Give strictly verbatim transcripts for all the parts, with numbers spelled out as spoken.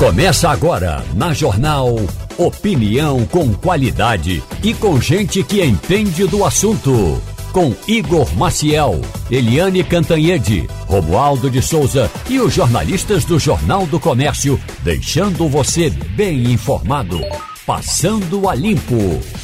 Começa agora na Jornal Opinião com qualidade e com gente que entende do assunto. Com Igor Maciel, Eliane Cantanhede, Romualdo de Souza e os jornalistas do Jornal do Comércio, deixando você bem informado. Passando a Limpo.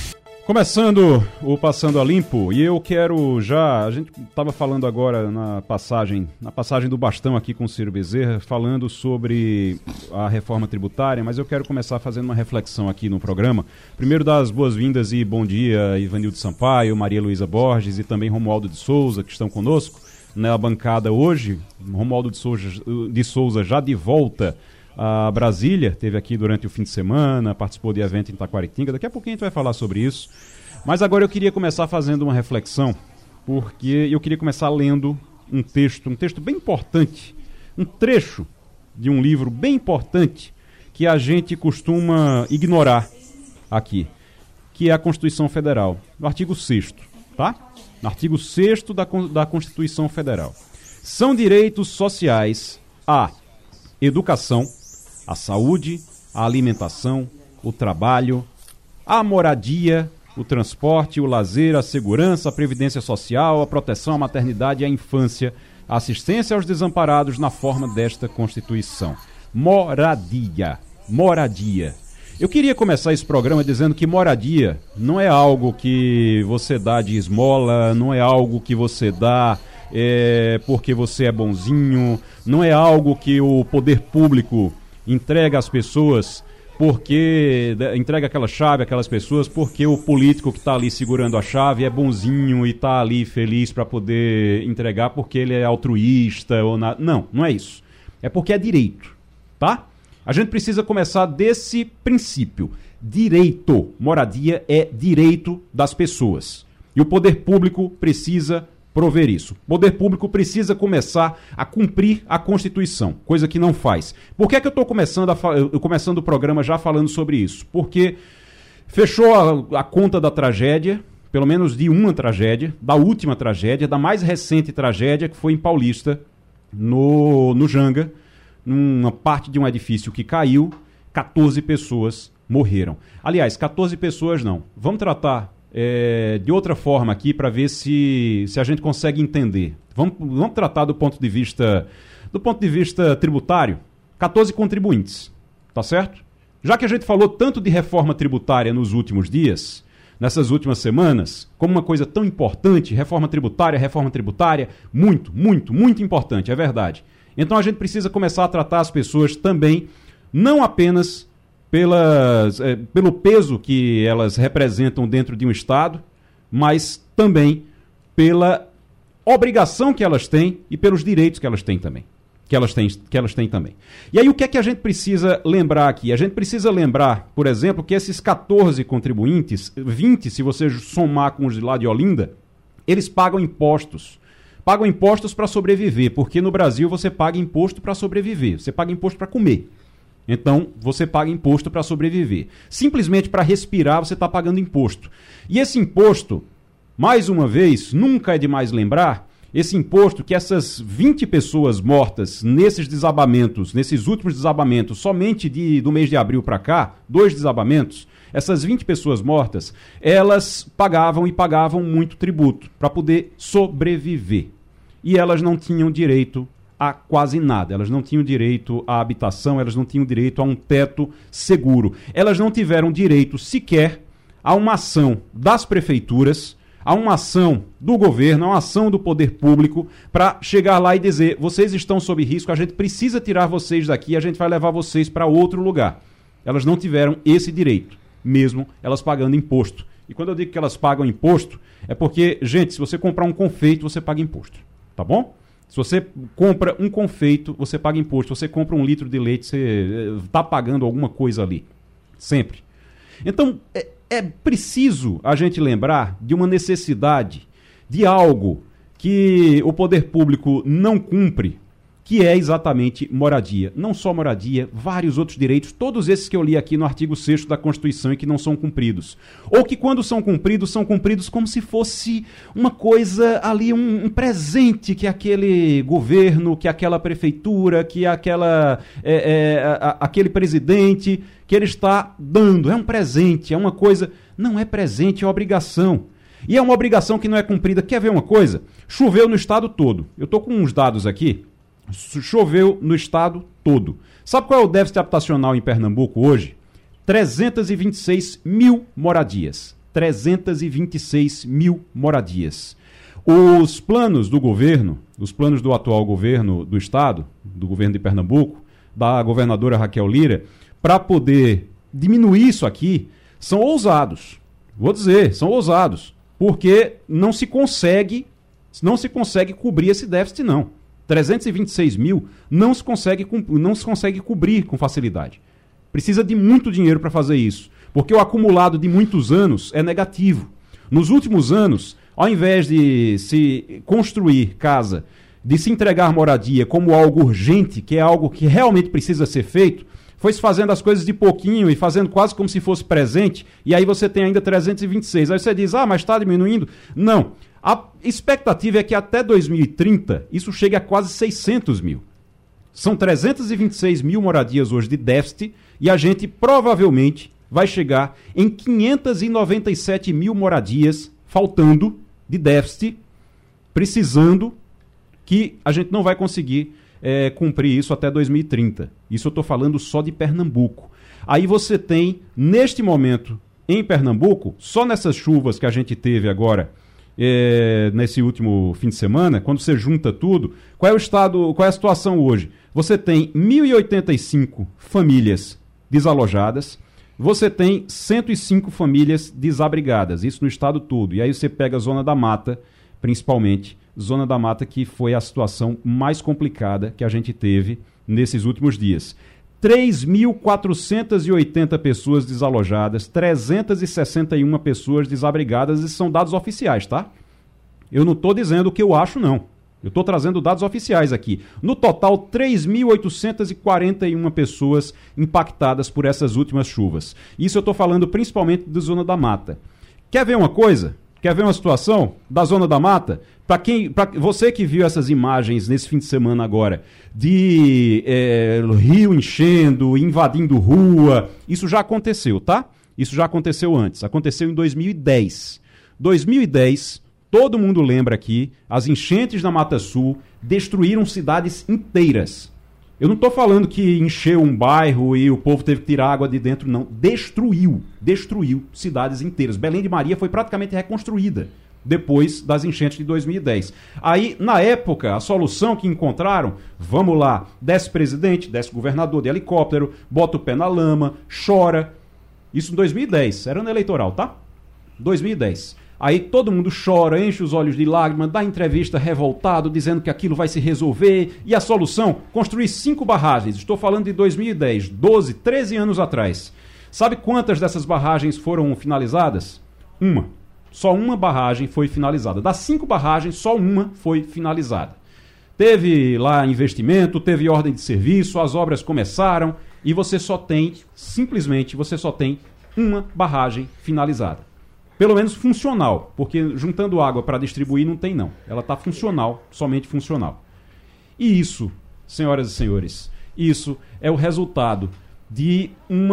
Começando o Passando a Limpo, e eu quero já, a gente estava falando agora na passagem, na passagem do bastão aqui com o Ciro Bezerra, falando sobre a reforma tributária, mas eu quero começar fazendo uma reflexão aqui no programa. Primeiro dar as boas-vindas e bom dia Ivanildo Sampaio, Maria Luísa Borges e também Romualdo de Souza, que estão conosco na bancada hoje. Romualdo de Souza, de Souza já de volta a Brasília, esteve aqui durante o fim de semana, participou de evento em Taquaritinga, daqui a pouquinho a gente vai falar sobre isso. Mas agora eu queria começar fazendo uma reflexão, porque eu queria começar lendo um texto, um texto bem importante, um trecho de um livro bem importante que a gente costuma ignorar aqui, que é a Constituição Federal, no artigo sexto, tá? No artigo sexto da, da Constituição Federal. São direitos sociais a educação, a saúde, a alimentação, o trabalho, a moradia, o transporte, o lazer, a segurança, a previdência social, a proteção à maternidade e à infância, a assistência aos desamparados na forma desta Constituição. Moradia. Moradia. Eu queria começar esse programa dizendo que moradia não é algo que você dá de esmola, não é algo que você dá é, porque você é bonzinho, não é algo que o poder público entrega às pessoas porque entrega aquela chave àquelas pessoas porque o político que está ali segurando a chave é bonzinho e está ali feliz para poder entregar porque ele é altruísta ou nada. Não, não é isso. É porque é direito, tá? A gente precisa começar desse princípio. Direito, moradia é direito das pessoas. E o poder público precisa prover isso. O poder público precisa começar a cumprir a Constituição, coisa que não faz. Por que é que eu estou começando, começando o programa já falando sobre isso? Porque fechou a, a conta da tragédia, pelo menos de uma tragédia, da última tragédia, da mais recente tragédia, que foi em Paulista, no, no Janga, numa parte de um edifício que caiu, catorze pessoas morreram. Aliás, catorze pessoas não. Vamos tratar É, de outra forma aqui para ver se, se a gente consegue entender. Vamos, vamos tratar do ponto de vista do ponto de vista tributário. catorze contribuintes, tá certo? Já que a gente falou tanto de reforma tributária nos últimos dias, nessas últimas semanas, como uma coisa tão importante, reforma tributária, reforma tributária, muito, muito, muito importante, é verdade. Então a gente precisa começar a tratar as pessoas também, não apenas Pelas, é, pelo peso que elas representam dentro de um Estado, mas também pela obrigação que elas têm e pelos direitos que elas têm também. Que elas têm, que elas têm também. E aí o que é que a gente precisa lembrar aqui? A gente precisa lembrar, por exemplo, que esses catorze contribuintes, vinte se você somar com os de lá de Olinda, eles pagam impostos. Pagam impostos para sobreviver, porque no Brasil você paga imposto para sobreviver, você paga imposto para comer. Então, você paga imposto para sobreviver. Simplesmente para respirar, você está pagando imposto. E esse imposto, mais uma vez, nunca é demais lembrar, esse imposto que essas vinte pessoas mortas nesses desabamentos, nesses últimos desabamentos, somente de, do mês de abril para cá, dois desabamentos, essas vinte pessoas mortas, elas pagavam e pagavam muito tributo para poder sobreviver. E elas não tinham direito a quase nada. Elas não tinham direito à habitação, elas não tinham direito a um teto seguro. Elas não tiveram direito sequer a uma ação das prefeituras, a uma ação do governo, a uma ação do poder público para chegar lá e dizer, vocês estão sob risco, a gente precisa tirar vocês daqui, a gente vai levar vocês para outro lugar. Elas não tiveram esse direito, mesmo elas pagando imposto. E quando eu digo que elas pagam imposto, é porque, gente, se você comprar um confeito, você paga imposto, tá bom? Se você compra um confeito, você paga imposto. Se você compra um litro de leite, você está pagando alguma coisa ali. Sempre. Então, é, é preciso a gente lembrar de uma necessidade, de algo que o poder público não cumpre, que é exatamente moradia. Não só moradia, vários outros direitos, todos esses que eu li aqui no artigo sexto da Constituição e que não são cumpridos. Ou que quando são cumpridos, são cumpridos como se fosse uma coisa ali, um, um presente que aquele governo, que aquela prefeitura, que aquela, é, é, a, a, aquele presidente, que ele está dando. É um presente, é uma coisa... Não é presente, é obrigação. E é uma obrigação que não é cumprida. Quer ver uma coisa? Choveu no estado todo. Eu estou com uns dados aqui. Choveu no estado todo. Sabe qual é o déficit habitacional em Pernambuco hoje? trezentos e vinte e seis mil moradias. trezentos e vinte e seis mil moradias. Os planos do governo, os planos do atual governo do estado, do governo de Pernambuco, da governadora Raquel Lira, para poder diminuir isso aqui, são ousados. Vou dizer, são ousados. Porque não se consegue, não se consegue cobrir esse déficit, não. trezentos e vinte e seis mil não se consegue, não se consegue cobrir com facilidade. Precisa de muito dinheiro para fazer isso, porque o acumulado de muitos anos é negativo. Nos últimos anos, ao invés de se construir casa, de se entregar moradia como algo urgente, que é algo que realmente precisa ser feito, foi se fazendo as coisas de pouquinho e fazendo quase como se fosse presente, e aí você tem ainda trezentos e vinte e seis. Aí você diz, ah, mas está diminuindo? Não. A expectativa é que até dois mil e trinta isso chegue a quase seiscentos mil. São trezentos e vinte e seis mil moradias hoje de déficit e a gente provavelmente vai chegar em quinhentos e noventa e sete mil moradias faltando de déficit, precisando, que a gente não vai conseguir é, cumprir isso até dois mil e trinta. Isso eu estou falando só de Pernambuco. Aí você tem, neste momento, em Pernambuco, só nessas chuvas que a gente teve agora, É, nesse último fim de semana, quando você junta tudo, qual é o estado, qual é a situação hoje? Você tem mil e oitenta e cinco famílias desalojadas, você tem cento e cinco famílias desabrigadas, isso no estado todo. E aí você pega a Zona da Mata, principalmente, Zona da Mata, que foi a situação mais complicada que a gente teve nesses últimos dias. três mil quatrocentas e oitenta pessoas desalojadas, trezentas e sessenta e uma pessoas desabrigadas, e são dados oficiais, tá? Eu não estou dizendo o que eu acho, não. Eu estou trazendo dados oficiais aqui. No total, três mil oitocentas e quarenta e uma pessoas impactadas por essas últimas chuvas. Isso eu estou falando principalmente da Zona da Mata. Quer ver uma coisa? Quer ver uma situação da Zona da Mata? Para quem, para você que viu essas imagens nesse fim de semana agora, de é, rio enchendo, invadindo rua, isso já aconteceu, tá? Isso já aconteceu antes. Aconteceu em dois mil e dez. dois mil e dez, todo mundo lembra aqui, as enchentes na Mata Sul destruíram cidades inteiras. Eu não estou falando que encheu um bairro e o povo teve que tirar água de dentro, não. Destruiu, destruiu cidades inteiras. Belém de Maria foi praticamente reconstruída depois das enchentes de dois mil e dez. Aí, na época, a solução que encontraram, vamos lá, desce presidente, desce governador de helicóptero, bota o pé na lama, chora. Isso em dois mil e dez, era ano eleitoral, tá? dois mil e dez. Aí todo mundo chora, enche os olhos de lágrimas, dá entrevista revoltado, dizendo que aquilo vai se resolver. E a solução? Construir cinco barragens. Estou falando de dois mil e dez, doze, treze anos atrás. Sabe quantas dessas barragens foram finalizadas? Uma. Só uma barragem foi finalizada. Das cinco barragens, só uma foi finalizada. Teve lá investimento, teve ordem de serviço, as obras começaram e você só tem, simplesmente, você só tem uma barragem finalizada. Pelo menos funcional, porque juntando água para distribuir não tem não. Ela está funcional, somente funcional. E isso, senhoras e senhores, isso é o resultado de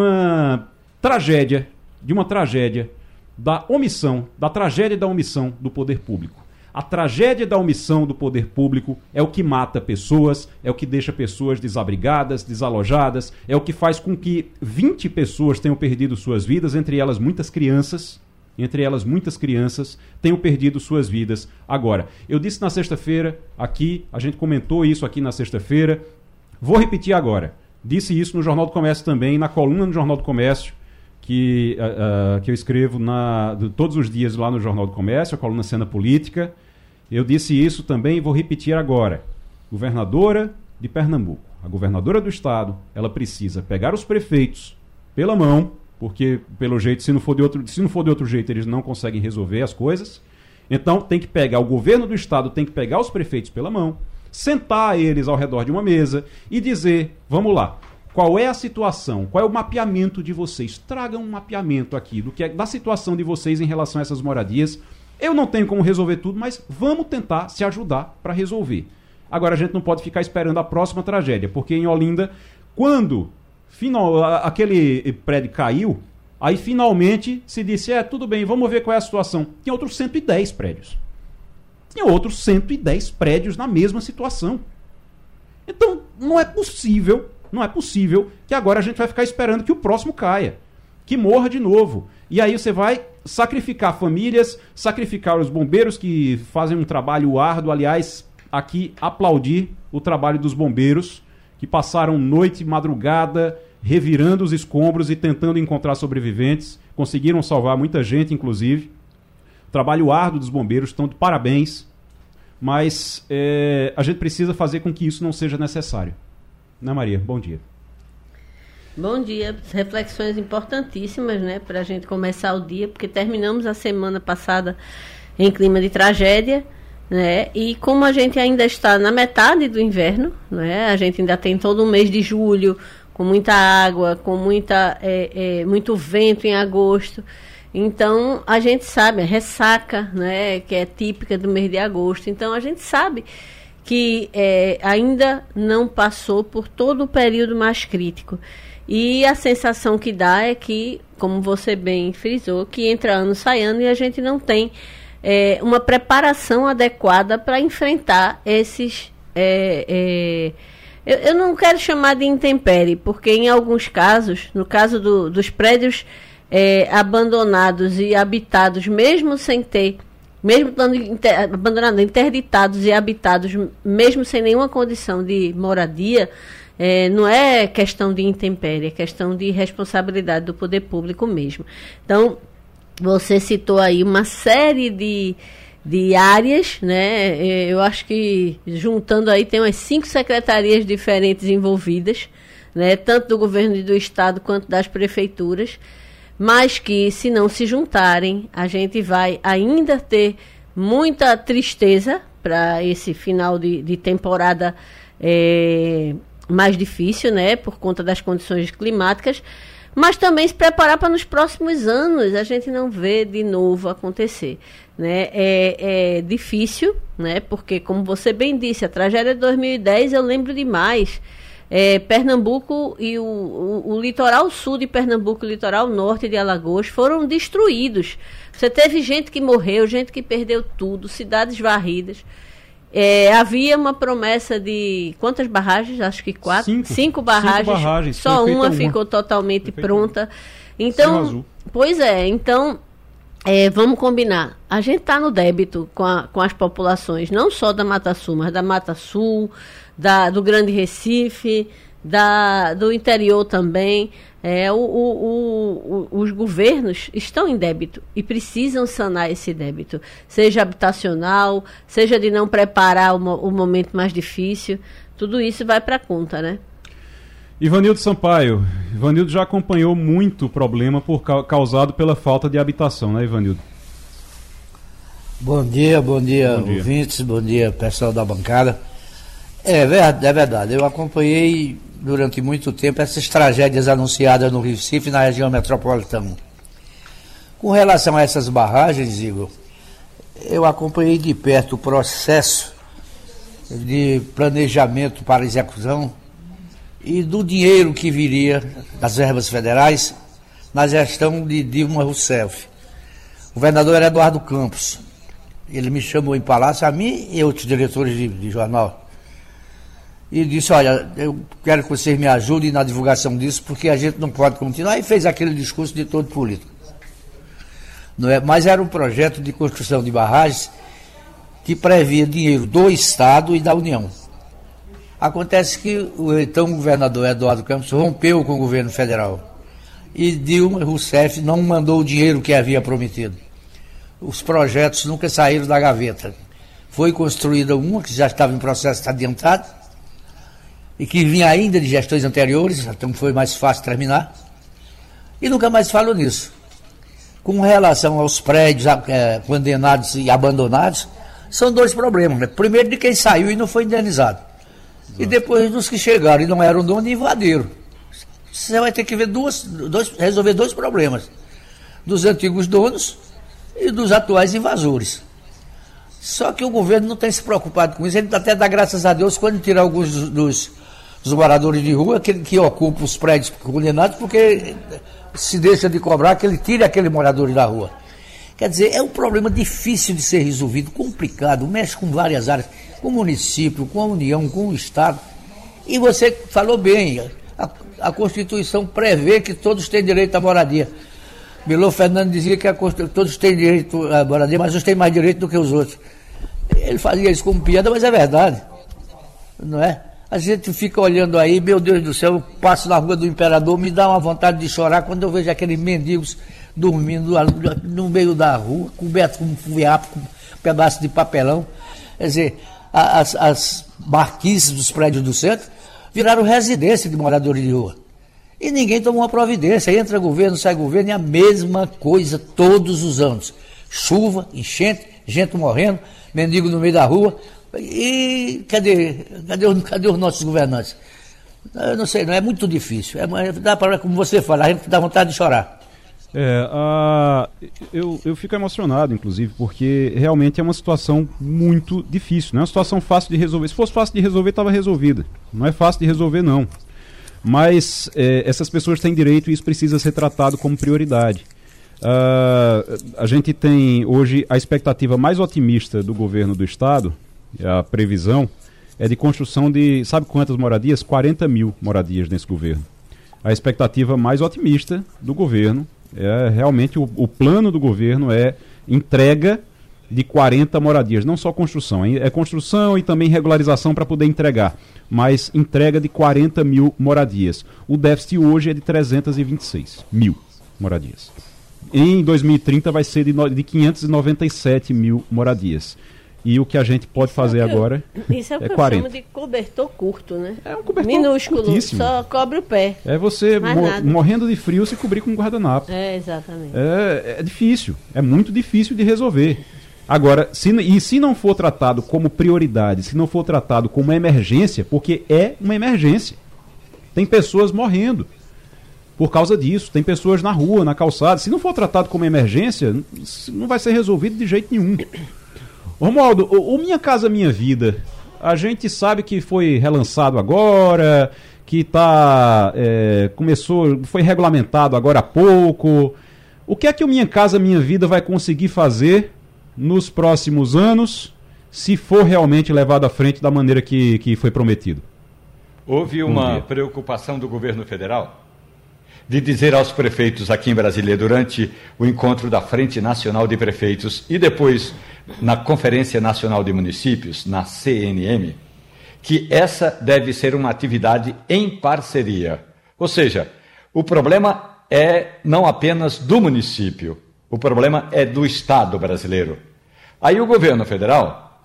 uma tragédia, de uma tragédia da omissão, da tragédia da omissão do poder público. A tragédia da omissão do poder público é o que mata pessoas, é o que deixa pessoas desabrigadas, desalojadas, é o que faz com que vinte pessoas tenham perdido suas vidas, entre elas muitas crianças, entre elas muitas crianças, tenham perdido suas vidas agora. Eu disse na sexta-feira, aqui, a gente comentou isso aqui na sexta-feira, vou repetir agora. Disse isso no Jornal do Comércio também, na coluna no Jornal do Comércio, que, uh, uh, que eu escrevo na, de, todos os dias lá no Jornal do Comércio, a coluna Cena Política. Eu disse isso também e vou repetir agora. Governadora de Pernambuco, a governadora do estado, ela precisa pegar os prefeitos pela mão, porque, pelo jeito, se não for de outro, se não for de outro jeito, eles não conseguem resolver as coisas. Então, tem que pegar, o governo do estado tem que pegar os prefeitos pela mão, sentar eles ao redor de uma mesa e dizer, vamos lá, qual é a situação, qual é o mapeamento de vocês? Tragam um mapeamento aqui do que é, da situação de vocês em relação a essas moradias. Eu não tenho como resolver tudo, mas vamos tentar se ajudar para resolver. Agora, a gente não pode ficar esperando a próxima tragédia, porque em Olinda, quando final, aquele prédio caiu, aí finalmente se disse, é, tudo bem, vamos ver qual é a situação. Tinha outros cento e dez prédios. Tinha outros cento e dez prédios na mesma situação. Então, não é possível... Não é possível que agora a gente vai ficar esperando que o próximo caia, que morra de novo. E aí você vai sacrificar famílias, sacrificar os bombeiros que fazem um trabalho árduo. Aliás, aqui aplaudir o trabalho dos bombeiros que passaram noite e madrugada revirando os escombros e tentando encontrar sobreviventes. Conseguiram salvar muita gente, inclusive. O trabalho árduo dos bombeiros, estão de parabéns. Mas é, a gente precisa fazer com que isso não seja necessário. Ana Maria, bom dia. Bom dia, reflexões importantíssimas, né, para a gente começar o dia, porque terminamos a semana passada em clima de tragédia, né, e como a gente ainda está na metade do inverno, né, a gente ainda tem todo o mês de julho, com muita água, com muita, é, é, muito vento em agosto, então a gente sabe, a ressaca, né, que é típica do mês de agosto, então a gente sabe que é, ainda não passou por todo o período mais crítico. E a sensação que dá é que, como você bem frisou, que entra ano, sai ano e a gente não tem é, uma preparação adequada para enfrentar esses... É, é, eu, eu não quero chamar de intempérie, porque em alguns casos, no caso do, dos prédios é, abandonados e habitados, mesmo sem ter... mesmo estando inter, abandonados, interditados e habitados, mesmo sem nenhuma condição de moradia, é, não é questão de intempérie, é questão de responsabilidade do poder público mesmo. Então, você citou aí uma série de, de áreas, né? Eu acho que juntando aí tem umas cinco secretarias diferentes envolvidas, né? Tanto do governo e do estado quanto das prefeituras, mas que, se não se juntarem, a gente vai ainda ter muita tristeza para esse final de, de temporada é, mais difícil, né, por conta das condições climáticas, mas também se preparar para nos próximos anos a gente não ver de novo acontecer, né? É, é difícil, né, porque, como você bem disse, a tragédia de dois mil e dez eu lembro demais. É, Pernambuco e o, o, o litoral sul de Pernambuco e o litoral norte de Alagoas foram destruídos. Você teve gente que morreu, gente que perdeu tudo, cidades varridas. É, havia uma promessa de quantas barragens? Acho que quatro. Cinco, Cinco barragens. Cinco barragens. Só uma, uma ficou totalmente pronta. Então, pois é, então é, vamos combinar. A gente está no débito com, a, com as populações, não só da Mata Sul, mas da Mata Sul, Da, do Grande Recife, da, do interior também. É, o, o, o, os governos estão em débito e precisam sanar esse débito, seja habitacional, seja de não preparar o, o momento mais difícil. Tudo isso vai para a conta, né? Ivanildo Sampaio, Ivanildo já acompanhou muito problema por, causado pela falta de habitação, né, Ivanildo? Bom dia, bom dia, bom dia. ouvintes, bom dia, pessoal da bancada. É verdade, é verdade. Eu acompanhei durante muito tempo essas tragédias anunciadas no Recife e na região metropolitana. Com relação a essas barragens, Igor, eu acompanhei de perto o processo de planejamento para execução e do dinheiro que viria das verbas federais na gestão de Dilma Rousseff. O governador era Eduardo Campos. Ele me chamou em palácio, a mim e outros diretores de, de jornal. E disse, olha, eu quero que vocês me ajudem na divulgação disso, porque a gente não pode continuar. E fez aquele discurso de todo político. Não é? Mas era um projeto de construção de barragens que previa dinheiro do Estado e da União. Acontece que o então governador Eduardo Campos rompeu com o governo federal. E Dilma Rousseff não mandou o dinheiro que havia prometido. Os projetos nunca saíram da gaveta. Foi construída uma que já estava em processo adiantado, e que vinha ainda de gestões anteriores, então foi mais fácil terminar, e nunca mais falou nisso. Com relação aos prédios é, condenados e abandonados, são dois problemas, né? Primeiro de quem saiu e não foi indenizado. Exato. E depois dos que chegaram e não eram donos e invadiram. Você vai ter que ver duas, dois, resolver dois problemas. Dos antigos donos e dos atuais invasores. Só que o governo não tem se preocupado com isso. Ele até dá graças a Deus quando tira alguns dos, dos, dos moradores de rua que, que ocupam os prédios condenados, porque se deixa de cobrar que ele tire aquele morador da rua. Quer dizer, é um problema difícil de ser resolvido, complicado, mexe com várias áreas, com o município, com a União, com o Estado. E você falou bem, a, a Constituição prevê que todos têm direito à moradia. Milor Fernando dizia que a, todos têm direito à moradia, mas uns têm mais direito do que os outros. Ele fazia isso como piada, mas é verdade. Não é? A gente fica olhando aí, meu Deus do céu, eu passo na Rua do Imperador, me dá uma vontade de chorar quando eu vejo aqueles mendigos dormindo no meio da rua, coberto com um fiapo, com um pedaço de papelão. Quer dizer, as, as marquises dos prédios do centro viraram residência de moradores de rua. E ninguém tomou uma providência. Entra governo, sai governo, é a mesma coisa todos os anos. Chuva, enchente, gente morrendo, mendigo no meio da rua. E cadê, cadê, cadê os nossos governantes? Eu não sei, não é muito difícil. É, dá para, como você fala, a gente dá vontade de chorar. É, a, eu, eu fico emocionado, inclusive, porque realmente é uma situação muito difícil. Não é uma situação fácil de resolver. Se fosse fácil de resolver, estava resolvida. Não é fácil de resolver, não. Mas é, essas pessoas têm direito e isso precisa ser tratado como prioridade. Uh, a gente tem hoje a expectativa mais otimista do governo do estado, a previsão, é de construção de, sabe quantas moradias? quarenta mil moradias nesse governo. A expectativa mais otimista do governo é realmente o, o plano do governo é entrega de quarenta moradias, não só construção, é construção e também regularização para poder entregar, mas entrega de quarenta mil moradias. O déficit hoje é de trezentos e vinte e seis mil moradias. Em dois mil e trinta vai ser de, no, de quinhentos e noventa e sete mil moradias. E o que a gente pode isso fazer é agora isso é o que é eu quarenta. Chamo de cobertor curto, né? É um cobertor minúsculo, curtíssimo. Só cobre o pé. É você mo- morrendo de frio se cobrir com um guardanapo. É, exatamente. É, é difícil, é muito difícil de resolver. Agora, se, e se não for tratado como prioridade, se não for tratado como emergência, porque é uma emergência. Tem pessoas morrendo por causa disso, tem pessoas na rua, na calçada. Se não for tratado como emergência, não vai ser resolvido de jeito nenhum. Romualdo, o, o Minha Casa Minha Vida, a gente sabe que foi relançado agora, que tá, é, começou, foi regulamentado agora há pouco. O que é que o Minha Casa Minha Vida vai conseguir fazer nos próximos anos, se for realmente levado à frente da maneira que, que foi prometido? Houve uma preocupação do governo federal de dizer aos prefeitos aqui em Brasília, durante o encontro da Frente Nacional de Prefeitos e depois na Conferência Nacional de Municípios, na C N M, que essa deve ser uma atividade em parceria. Ou seja, o problema é não apenas do município, o problema é do Estado brasileiro. Aí o governo federal,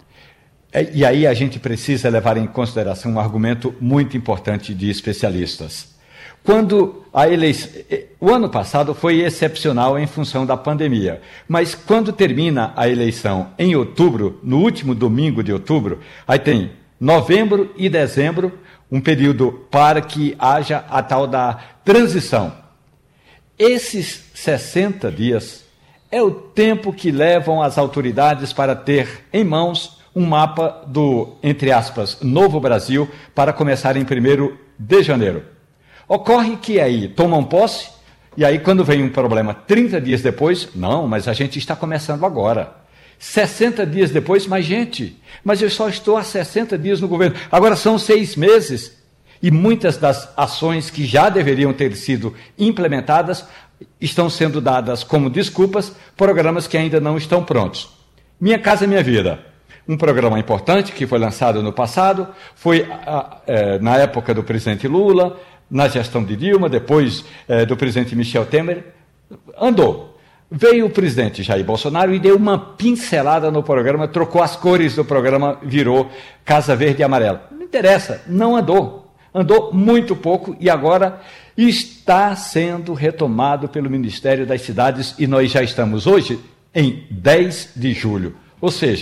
é, e aí a gente precisa levar em consideração um argumento muito importante de especialistas. Quando a eleição, o ano passado foi excepcional em função da pandemia, mas quando termina a eleição em outubro, no último domingo de outubro, aí tem novembro e dezembro, um período para que haja a tal da transição. Esses sessenta dias é o tempo que levam as autoridades para ter em mãos um mapa do, entre aspas, Novo Brasil, para começar em primeiro de janeiro. Ocorre que aí tomam posse, e aí quando vem um problema trinta dias depois, não, mas a gente está começando agora. sessenta dias depois, mas gente, mas eu só estou há sessenta dias no governo, agora são seis meses. E muitas das ações que já deveriam ter sido implementadas estão sendo dadas como desculpas, programas que ainda não estão prontos. Minha Casa Minha Vida, um programa importante que foi lançado no passado, foi é, na época do presidente Lula, na gestão de Dilma, depois eh, do presidente Michel Temer, andou. Veio o presidente Jair Bolsonaro e deu uma pincelada no programa, trocou as cores do programa, virou Casa Verde e Amarela. Não interessa, não andou. Andou muito pouco e agora está sendo retomado pelo Ministério das Cidades e nós já estamos hoje em dez de julho. Ou seja,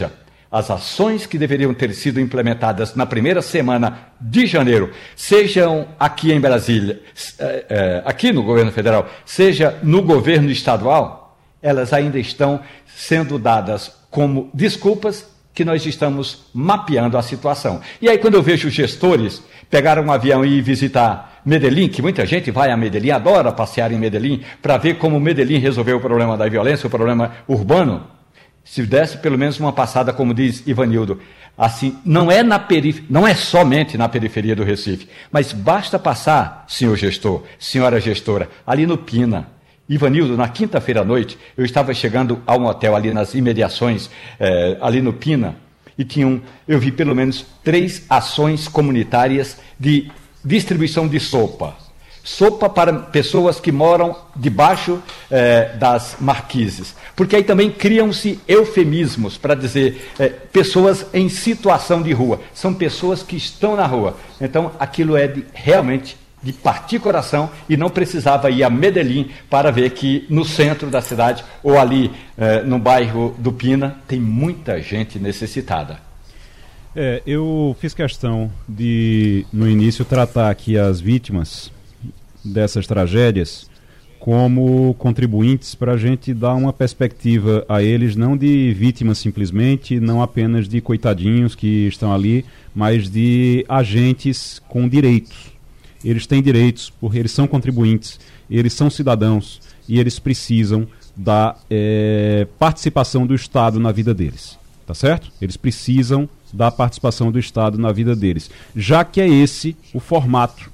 as ações que deveriam ter sido implementadas na primeira semana de janeiro, sejam aqui em Brasília, é, é, aqui no governo federal, seja no governo estadual, elas ainda estão sendo dadas como desculpas que nós estamos mapeando a situação. E aí, quando eu vejo gestores pegar um avião e ir visitar Medellín, que muita gente vai a Medellín, adora passear em Medellín, para ver como Medellín resolveu o problema da violência, o problema urbano, se desse pelo menos uma passada, como diz Ivanildo, assim, não é, na perif- não é somente na periferia do Recife, mas basta passar, senhor gestor, senhora gestora, ali no Pina. Ivanildo, na quinta-feira à noite, eu estava chegando a um hotel ali nas imediações, eh, ali no Pina, e tinham, eu vi pelo menos três ações comunitárias de distribuição de sopa. Sopa para pessoas que moram debaixo eh, das marquises. Porque aí também criam-se eufemismos para dizer eh, pessoas em situação de rua. São pessoas que estão na rua. Então, aquilo é de, realmente de partir coração e não precisava ir a Medellín para ver que no centro da cidade ou ali eh, no bairro do Pina tem muita gente necessitada. É, eu fiz questão de, no início, tratar aqui as vítimas dessas tragédias como contribuintes para a gente dar uma perspectiva a eles, não de vítimas simplesmente, não apenas de coitadinhos que estão ali, mas de agentes com direitos. Eles têm direitos, porque eles são contribuintes, eles são cidadãos e eles precisam da é, participação do Estado na vida deles, tá certo? Eles precisam da participação do Estado na vida deles, já que é esse o formato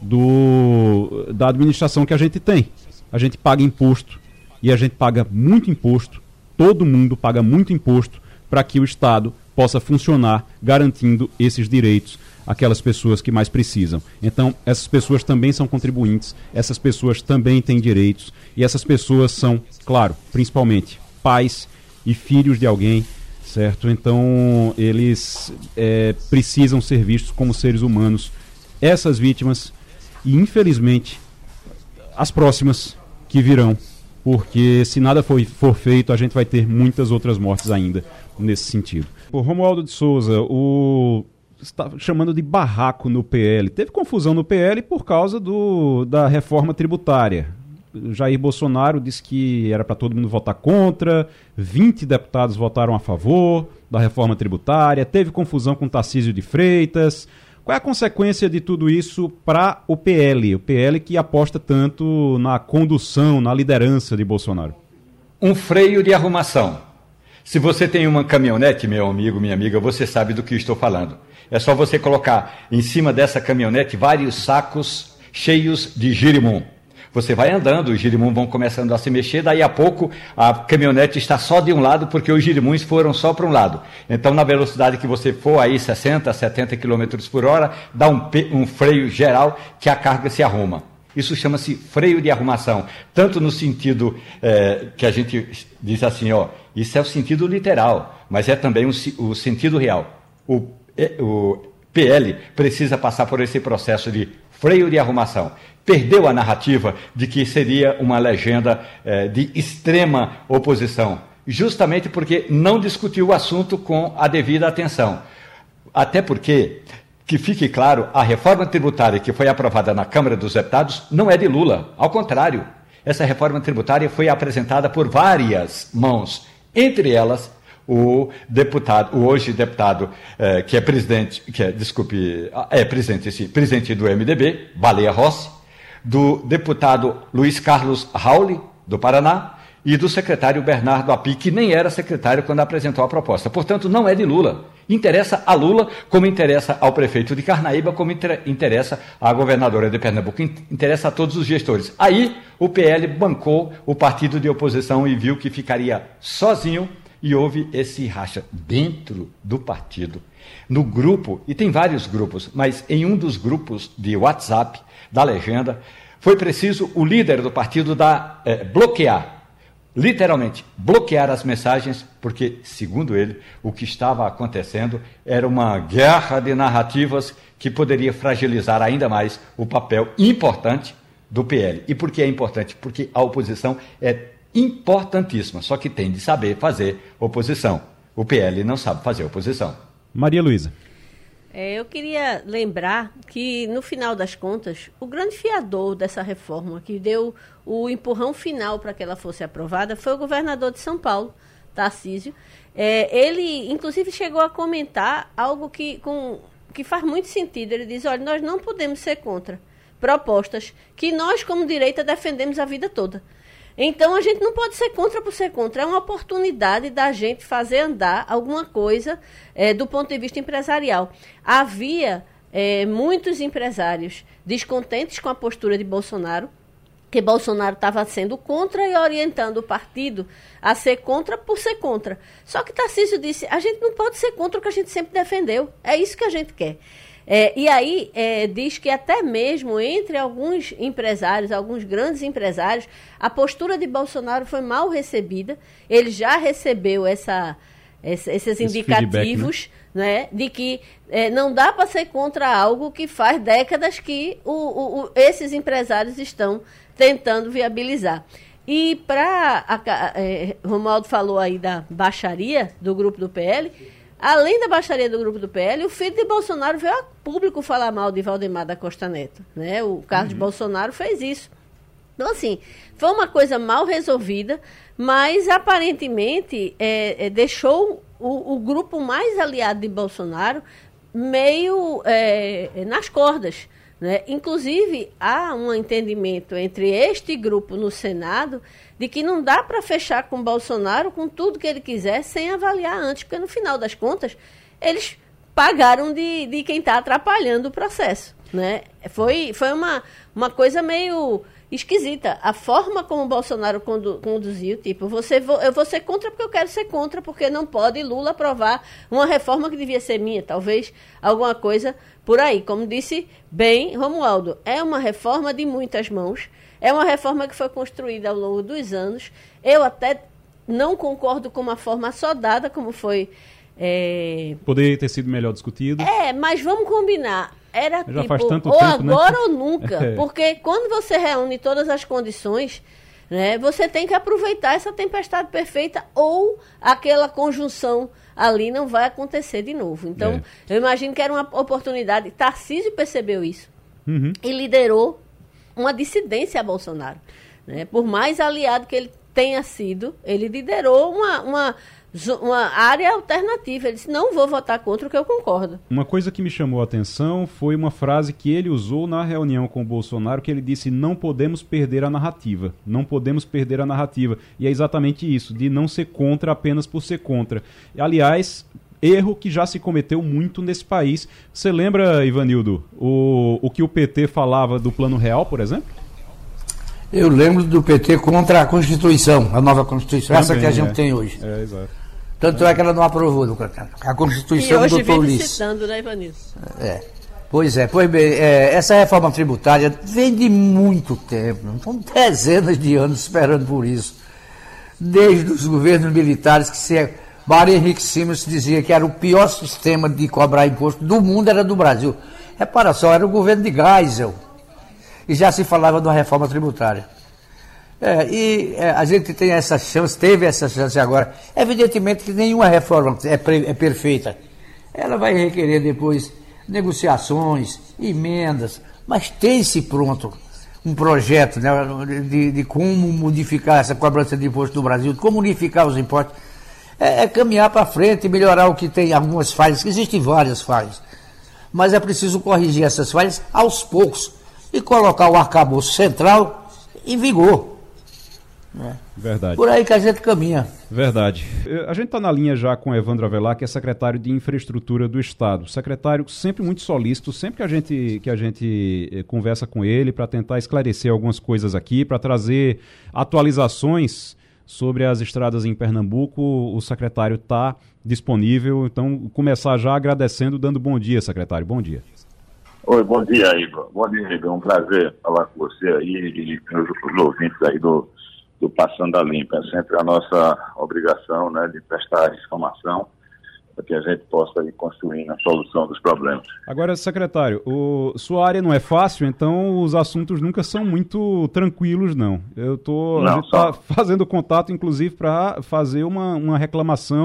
do, da administração que a gente tem. A gente paga imposto, e a gente paga muito imposto, todo mundo paga muito imposto para que o Estado possa funcionar garantindo esses direitos àquelas pessoas que mais precisam. Então, essas pessoas também são contribuintes, essas pessoas também têm direitos, e essas pessoas são, claro, principalmente pais e filhos de alguém, certo? Então, eles é, precisam ser vistos como seres humanos. Essas vítimas, e infelizmente, as próximas que virão, porque se nada for, for feito, a gente vai ter muitas outras mortes ainda nesse sentido. O Romualdo de Souza, o está chamando de barraco no P L. Teve confusão no P L por causa do, da reforma tributária. Jair Bolsonaro disse que era para todo mundo votar contra, vinte deputados votaram a favor da reforma tributária, teve confusão com Tarcísio de Freitas. Qual é a consequência de tudo isso para o P L? O P L que aposta tanto na condução, na liderança de Bolsonaro. Um freio de arrumação. Se você tem uma caminhonete, meu amigo, minha amiga, você sabe do que estou falando. É só você colocar em cima dessa caminhonete vários sacos cheios de girimum. Você vai andando, os girimum vão começando a se mexer, daí a pouco a caminhonete está só de um lado, porque os girimuns foram só para um lado. Então, na velocidade que você for, aí sessenta, setenta quilômetros por hora, dá um, um freio geral que a carga se arruma. Isso chama-se freio de arrumação, tanto no sentido é, que a gente diz assim, ó, isso é o sentido literal, mas é também o, o sentido real. O, o P L precisa passar por esse processo de freio de arrumação. Perdeu a narrativa de que seria uma legenda eh, de extrema oposição, justamente porque não discutiu o assunto com a devida atenção. Até porque, que fique claro, a reforma tributária que foi aprovada na Câmara dos Deputados não é de Lula. Ao contrário, essa reforma tributária foi apresentada por várias mãos, entre elas o deputado, o hoje deputado eh, que é presidente, que é, desculpe, é presidente, sim, presidente do M D B, Baleia Rossi, do deputado Luiz Carlos Rauli, do Paraná, e do secretário Bernardo Api, que nem era secretário quando apresentou a proposta. Portanto, não é de Lula. Interessa a Lula, como interessa ao prefeito de Carnaíba, como inter- interessa à governadora de Pernambuco, interessa a todos os gestores. Aí, o P L bancou o partido de oposição e viu que ficaria sozinho, e houve esse racha dentro do partido, no grupo, e tem vários grupos, mas em um dos grupos de WhatsApp da legenda, foi preciso o líder do partido dar, eh, bloquear, literalmente, bloquear as mensagens, porque, segundo ele, o que estava acontecendo era uma guerra de narrativas que poderia fragilizar ainda mais o papel importante do P L. E por que é importante? Porque a oposição é importantíssima, só que tem de saber fazer oposição. o P L não sabe fazer oposição. Maria Luísa. É, eu queria lembrar que, no final das contas, o grande fiador dessa reforma, que deu o empurrão final para que ela fosse aprovada, foi o governador de São Paulo, Tarcísio. É, ele, inclusive, chegou a comentar algo que, com, que faz muito sentido. Ele diz, olha, nós não podemos ser contra propostas que nós, como direita, defendemos a vida toda. Então, a gente não pode ser contra por ser contra. É uma oportunidade da gente fazer andar alguma coisa é, do ponto de vista empresarial. Havia é, muitos empresários descontentes com a postura de Bolsonaro, que Bolsonaro estava sendo contra e orientando o partido a ser contra por ser contra. Só que Tarcísio disse, a gente não pode ser contra o que a gente sempre defendeu. É isso que a gente quer. É, e aí é, diz que até mesmo entre alguns empresários, alguns grandes empresários, a postura de Bolsonaro foi mal recebida. Ele já recebeu essa, essa, esses Esse indicativos, feedback, né? né, de que é, não dá para ser contra algo que faz décadas que o, o, o, esses empresários estão tentando viabilizar. E para... É, Romualdo falou aí da baixaria do grupo do P L... Além da baixaria do grupo do P L, o filho de Bolsonaro veio a público falar mal de Valdemar da Costa Neto, né? O Carlos uhum. Bolsonaro fez isso. Então, assim, foi uma coisa mal resolvida, mas aparentemente é, é, deixou o, o grupo mais aliado de Bolsonaro meio é, nas cordas, né? Inclusive, há um entendimento entre este grupo no Senado de que não dá para fechar com Bolsonaro com tudo que ele quiser sem avaliar antes, porque no final das contas eles pagaram de, de quem está atrapalhando o processo, né? Foi, foi uma, uma coisa meio esquisita. A forma como o Bolsonaro condu, conduziu, tipo, você vou, eu vou ser contra porque eu quero ser contra, porque não pode Lula aprovar uma reforma que devia ser minha, talvez alguma coisa por aí. Como disse bem Romualdo, é uma reforma de muitas mãos, é uma reforma que foi construída ao longo dos anos. Eu até não concordo com uma forma só dada, como foi... É... Poderia ter sido melhor discutido. É, mas vamos combinar. Era Já tipo, faz tanto ou tempo, agora né? ou nunca. É. Porque quando você reúne todas as condições, né, você tem que aproveitar essa tempestade perfeita, ou aquela conjunção ali não vai acontecer de novo. Então, é. eu imagino que era uma oportunidade. Tarcísio percebeu isso uhum. e liderou uma dissidência a Bolsonaro, né? Por mais aliado que ele tenha sido, ele liderou uma, uma, uma área alternativa. Ele disse, não vou votar contra o que eu concordo. Uma coisa que me chamou a atenção foi uma frase que ele usou na reunião com o Bolsonaro, que ele disse, não podemos perder a narrativa, não podemos perder a narrativa. E é exatamente isso, de não ser contra apenas por ser contra. Aliás... erro que já se cometeu muito nesse país. Você lembra, Ivanildo, o, o que o P T falava do Plano Real, por exemplo? Eu lembro do P T contra a Constituição, a nova Constituição, Também, essa que a gente é. tem hoje. É, exato. Tanto é. é que ela não aprovou a Constituição do doutor Ulisses. Citando, né, Ivanildo? É. Pois é, pois bem, é, essa reforma tributária vem de muito tempo, são dezenas de anos esperando por isso. Desde os governos militares que se... Mário Henrique Simas dizia que era o pior sistema de cobrar imposto do mundo, era do Brasil. Repara só, era o governo de Geisel. E já se falava de uma reforma tributária. É, e é, a gente tem essa chance, teve essa chance agora. Evidentemente que nenhuma reforma é, pre, é perfeita. Ela vai requerer depois negociações, emendas, mas tem-se pronto um projeto, né, de, de como modificar essa cobrança de imposto do Brasil, de como unificar os impostos. É, é caminhar para frente e melhorar o que tem algumas falhas, que existem várias falhas. Mas é preciso corrigir essas falhas aos poucos e colocar o arcabouço central em vigor. Né? Verdade. Por aí que a gente caminha. Verdade. A gente está na linha já com Evandro Avelar, que é secretário de Infraestrutura do Estado. Secretário sempre muito solícito, sempre que a gente, que a gente conversa com ele para tentar esclarecer algumas coisas aqui, para trazer atualizações sobre as estradas em Pernambuco, o secretário está disponível. Então, começar já agradecendo, dando bom dia, secretário. Bom dia. Oi, bom dia, Igor. Bom dia, Igor. É um prazer falar com você aí e com os ouvintes aí do, do Passando a Limpo. É sempre a nossa obrigação, né, de prestar informação para que a gente possa ir construindo a solução dos problemas. Agora, secretário, o, sua área não é fácil, então os assuntos nunca são muito tranquilos, não. Eu tô, não, a gente está fazendo contato, inclusive, para fazer uma, uma reclamação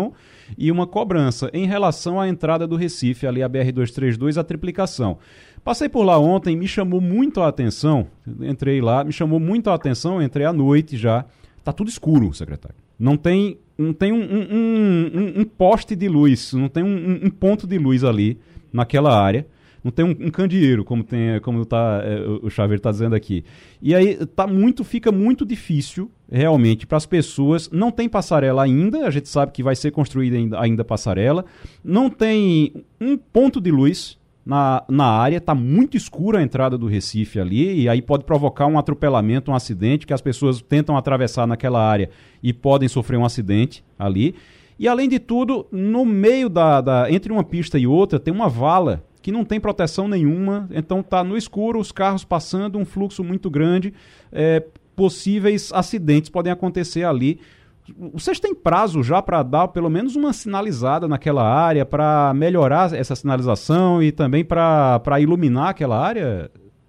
e uma cobrança em relação à entrada do Recife, ali a B R duzentos e trinta e dois, a triplicação. Passei por lá ontem, me chamou muito a atenção, entrei lá, me chamou muito a atenção, entrei à noite já, tá tudo escuro, secretário. Não tem, não tem um, um, um, um poste de luz, não tem um, um ponto de luz ali naquela área. Não tem um, um candeeiro, como, tem, como tá, é, o Xavier está dizendo aqui. E aí tá muito, fica muito difícil, realmente, para as pessoas. Não tem passarela ainda, a gente sabe que vai ser construída ainda, ainda passarela. Não tem um ponto de luz na, na área, está muito escura a entrada do Recife ali, e aí pode provocar um atropelamento, um acidente, que as pessoas tentam atravessar naquela área e podem sofrer um acidente ali. E além de tudo, no meio da, da entre uma pista e outra, tem uma vala que não tem proteção nenhuma, então está no escuro, os carros passando, um fluxo muito grande, é, possíveis acidentes podem acontecer ali. Vocês têm prazo já para dar pelo menos uma sinalizada naquela área, para melhorar essa sinalização e também para iluminar aquela área?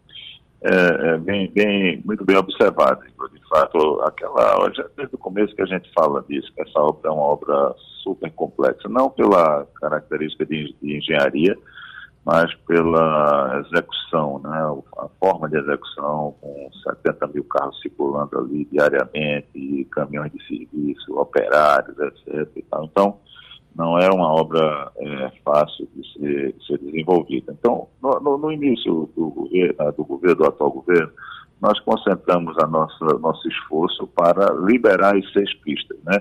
É, é bem, bem, muito bem observado, de fato, aquela, já desde o começo que a gente fala disso, que essa obra é uma obra super complexa, não pela característica de, de engenharia, mas pela execução, né, a forma de execução, com setenta mil carros circulando ali diariamente, caminhões de serviço, operários, etcétera. E tal. Então, não é uma obra é, fácil de ser, de ser desenvolvida. Então, no, no, no início do governo, do governo, do atual governo, nós concentramos a nossa nosso esforço para liberar as seis pistas, né?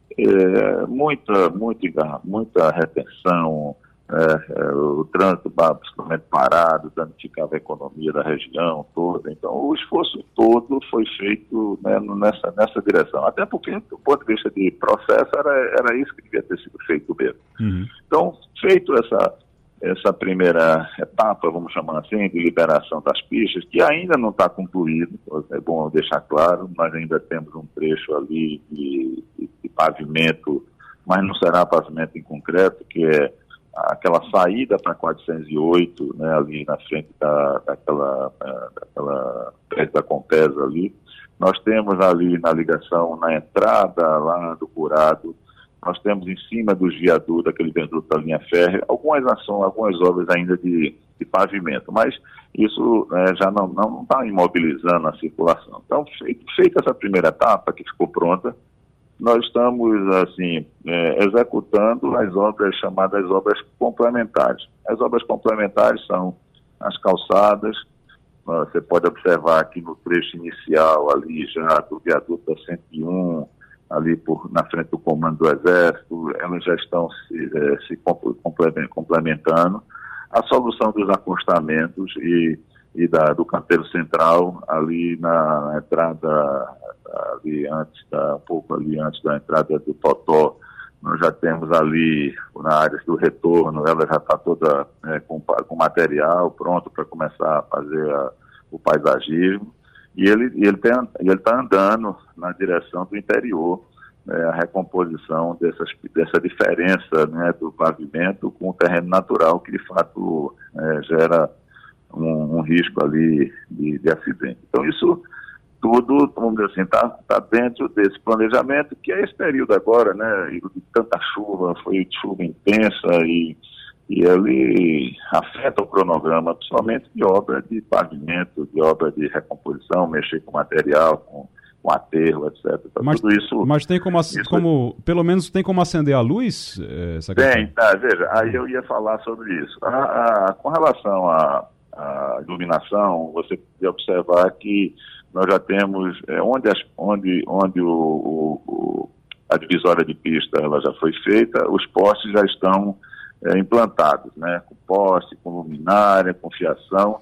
É, muita, muita, muita retenção, É, é, o trânsito basicamente parado, danificava a economia da região toda. Então, o esforço todo foi feito, né, nessa, nessa direção. Até porque, do ponto de vista de processo, era, era isso que devia ter sido feito mesmo. Uhum. Então, feito essa, essa primeira etapa, vamos chamar assim, de liberação das pistas, que ainda não está concluído, é bom deixar claro, nós ainda temos um trecho ali de, de, de pavimento, mas não será pavimento em concreto, que é aquela saída para quatrocentos e oito, né, ali na frente da, daquela, daquela perto da Compesa ali. Nós temos ali na ligação, na entrada lá do Curado, nós temos em cima dos viadutos, aquele viaduto da linha férrea, algumas ações, algumas obras ainda de, de pavimento, mas isso é, já não não está imobilizando a circulação. Então, feita feita essa primeira etapa, que ficou pronta, nós estamos, assim, é, executando as obras chamadas obras complementares. As obras complementares são as calçadas. Você pode observar aqui no trecho inicial, ali já do viaduto da cento e um, ali por, na frente do Comando do Exército, elas já estão se, é, se complementando. A solução dos acostamentos e, e da, do canteiro central, ali na, na entrada, ali antes da, um pouco ali antes da entrada do Totó, nós já temos ali, na área do retorno, ela já está toda é, com, com material pronto para começar a fazer a, o paisagismo, e ele ele está andando na direção do interior, é, a recomposição dessas, dessa diferença, né, do pavimento com o terreno natural, que de fato é, gera um, um risco ali de, de acidente. Então isso tudo, vamos dizer assim, está tá dentro desse planejamento, que é esse período agora, né, de tanta chuva, foi chuva intensa e, e ele afeta o cronograma, principalmente de obra de pavimento, de obra de recomposição, mexer com material, com, com aterro, etcétera. Então, mas, tudo isso... Mas tem como, isso, como, pelo menos tem como acender a luz? Essa tem, tá, veja, aí eu ia falar sobre isso. A, a, com relação à, à iluminação, você pode observar que nós já temos, é, onde, as, onde, onde o, o, o, a divisória de pista ela já foi feita, os postes já estão é, implantados, né, com poste, com luminária, com fiação,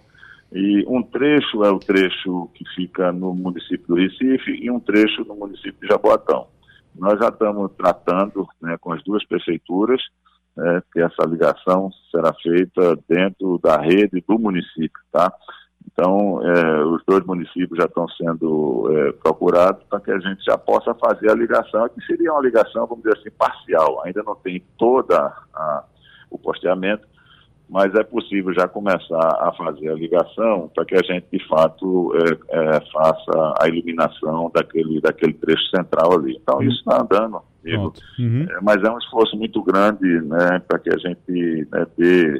e um trecho é o trecho que fica no município do Recife e um trecho no município de Jaboatão. Nós já estamos tratando, né, com as duas prefeituras, né, que essa ligação será feita dentro da rede do município, tá? Então, é, os dois municípios já estão sendo é, procurados para que a gente já possa fazer a ligação, que seria uma ligação, vamos dizer assim, parcial. Ainda não tem toda a, o posteamento, mas é possível já começar a fazer a ligação para que a gente, de fato, é, é, faça a iluminação daquele, daquele trecho central ali. Então, uhum. isso está andando, amigo. Uhum. É, mas é um esforço muito grande, né, para que a gente, né, dê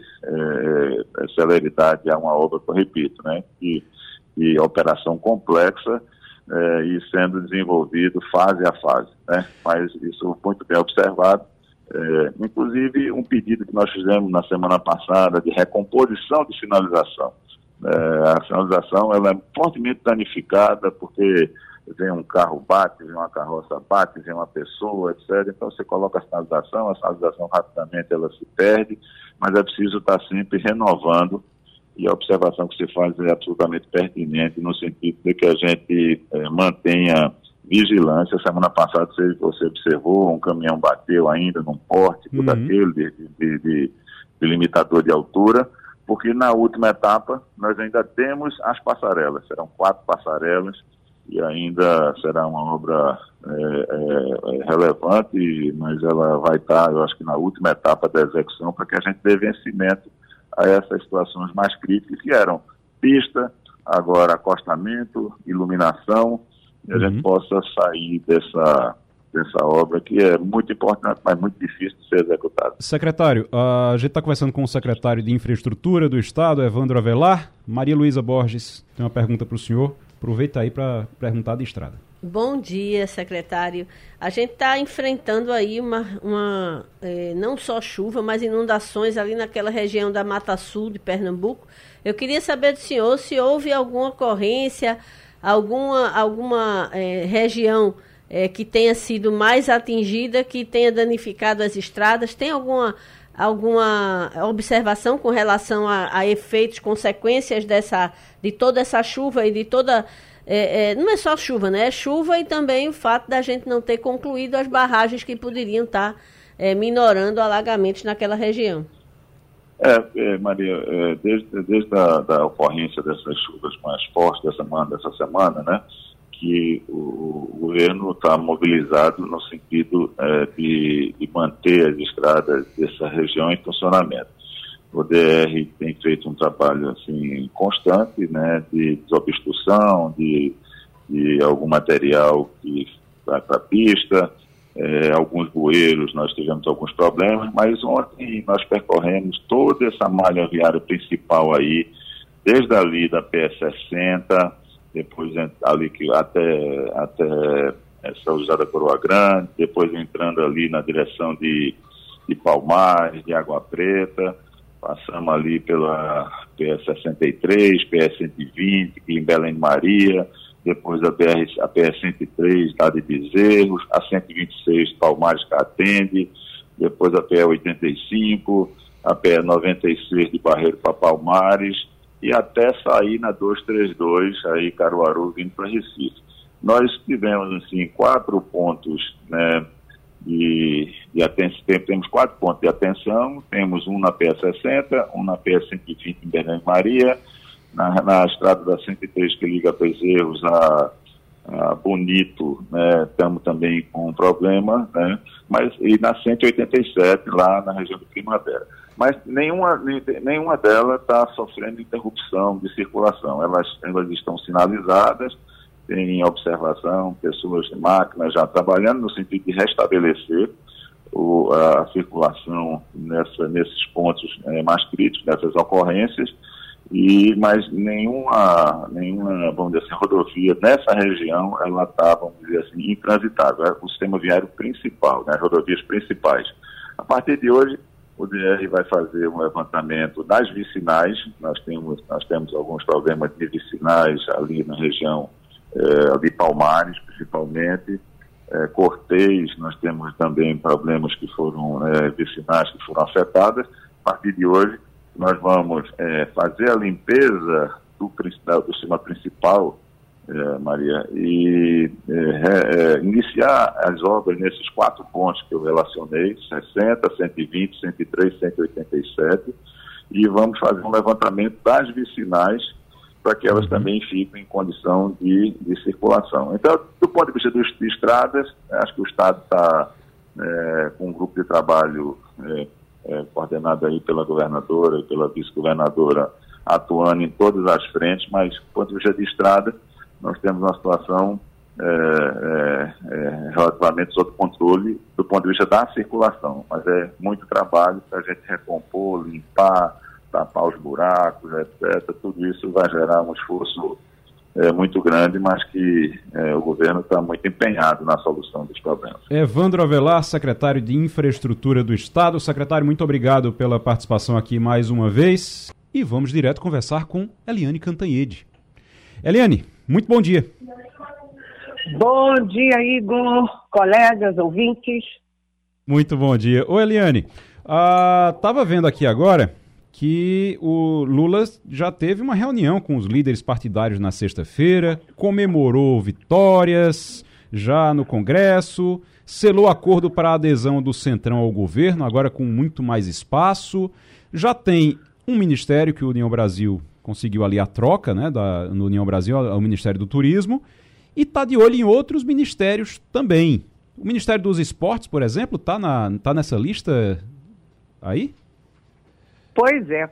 é, celeridade a uma obra que eu repito, né, que, que operação complexa é, e sendo desenvolvido fase a fase, né, mas isso muito bem observado. É, inclusive um pedido que nós fizemos na semana passada de recomposição de sinalização. É, a sinalização ela é fortemente danificada porque vem um carro bate, vem uma carroça bate, vem uma pessoa, etcétera. Então você coloca a sinalização, a sinalização rapidamente ela se perde, mas é preciso estar sempre renovando, e a observação que se faz é absolutamente pertinente no sentido de que a gente é, mantenha vigilância. Semana passada você, você observou, um caminhão bateu ainda num pórtico uhum. daquele de, de, de, de limitador de altura, porque na última etapa nós ainda temos as passarelas, serão quatro passarelas e ainda será uma obra é, é, relevante, mas ela vai estar, eu acho que na última etapa da execução, para que a gente dê vencimento a essas situações mais críticas que eram pista, agora acostamento, iluminação, e a uhum. gente possa sair dessa, dessa obra que é muito importante, mas muito difícil de ser executada. Secretário, a gente está conversando com o secretário de Infraestrutura do Estado, Evandro Avelar. Maria Luísa Borges tem uma pergunta para o senhor. Aproveita aí para perguntar de estrada. Bom dia, secretário. A gente está enfrentando aí uma, uma é, não só chuva, mas inundações ali naquela região da Mata Sul de Pernambuco. Eu queria saber do senhor se houve alguma ocorrência, alguma, alguma é, região é, que tenha sido mais atingida, que tenha danificado as estradas. Tem alguma, alguma observação com relação a, a efeitos, consequências dessa, de toda essa chuva e de toda... É, é, não é só chuva, né? É chuva e também o fato da gente não ter concluído as barragens que poderiam estar é, minorando alagamentos naquela região. É, é Maria, é, desde, desde a da ocorrência dessas chuvas mais fortes dessa semana, dessa semana, né, que o, o governo está mobilizado no sentido é, de, de manter as estradas dessa região em funcionamento. O D R tem feito um trabalho assim constante, né, de desobstrução, de, de algum material que vai para a pista, é, alguns bueiros nós tivemos alguns problemas, mas ontem nós percorremos toda essa malha viária principal aí, desde ali da P S sessenta, depois ali que até, até São José da Coroa Grande, depois entrando ali na direção de, de Palmares, de Água Preta. Passamos ali pela P S sessenta e três, P S cento e vinte, em Belém de Maria, depois a, B R, a P S cento e três, lá de Bezerros, a cento e vinte e seis, Palmares, que atende, depois a P E oitenta e cinco, a P E noventa e seis, de Barreiro para Palmares, e até sair na duzentos e trinta e dois, aí Caruaru, vindo para Recife. Nós tivemos, assim, quatro pontos, né, De, de atenção, temos quatro pontos de atenção, temos um na P S sessenta, um na P S cento e vinte em Belém de Maria, na, na estrada da cento e três que liga Bezerros a, a Bonito, né, estamos também com um problema, né, mas, e na cento e oitenta e sete, lá na região de Primavera. Mas nenhuma, nenhuma delas está sofrendo interrupção de circulação, elas, elas estão sinalizadas, tem observação, pessoas de máquinas já trabalhando no sentido de restabelecer o, a circulação nessa, nesses pontos é, mais críticos, nessas ocorrências, e, mas nenhuma, nenhuma, vamos dizer assim, rodovia nessa região, ela está, vamos dizer assim, intransitável, é o sistema viário principal, né, as rodovias principais. A partir de hoje, o D R vai fazer um levantamento das vicinais, nós temos, nós temos alguns problemas de vicinais ali na região É, de Palmares, principalmente, é, Cortês, nós temos também problemas que foram é, vicinais que foram afetadas. A partir de hoje, nós vamos é, fazer a limpeza do, do sistema principal, é, Maria, e é, é, iniciar as obras nesses quatro pontos que eu relacionei, sessenta, cento e vinte, cento e três, cento e oitenta e sete, e vamos fazer um levantamento das vicinais para que elas também fiquem em condição de, de circulação. Então, do ponto de vista dos, de estradas, acho que o Estado está é, com um grupo de trabalho é, é, coordenada aí pela governadora e pela vice-governadora, atuando em todas as frentes, mas, do ponto de vista de estrada, nós temos uma situação é, é, é, relativamente sob controle do ponto de vista da circulação, mas é muito trabalho para a gente recompor, limpar, tapar os buracos, etcétera. Tudo isso vai gerar um esforço é, muito grande, mas que é, o governo está muito empenhado na solução dos problemas. Evandro Avelar, secretário de Infraestrutura do Estado. Secretário, muito obrigado pela participação aqui mais uma vez. E vamos direto conversar com Eliane Cantanhede. Eliane, muito bom dia. Bom dia, Igor, colegas, ouvintes. Muito bom dia. Ô, Eliane, estava ah, vendo aqui agora que o Lula já teve uma reunião com os líderes partidários na sexta-feira, comemorou vitórias já no Congresso, selou acordo para a adesão do Centrão ao governo, agora com muito mais espaço. Já tem um ministério que o União Brasil conseguiu ali a troca, né, da, no União Brasil, ao Ministério do Turismo, e está de olho em outros ministérios também. O Ministério dos Esportes, por exemplo, está na, tá nessa lista aí? Pois é.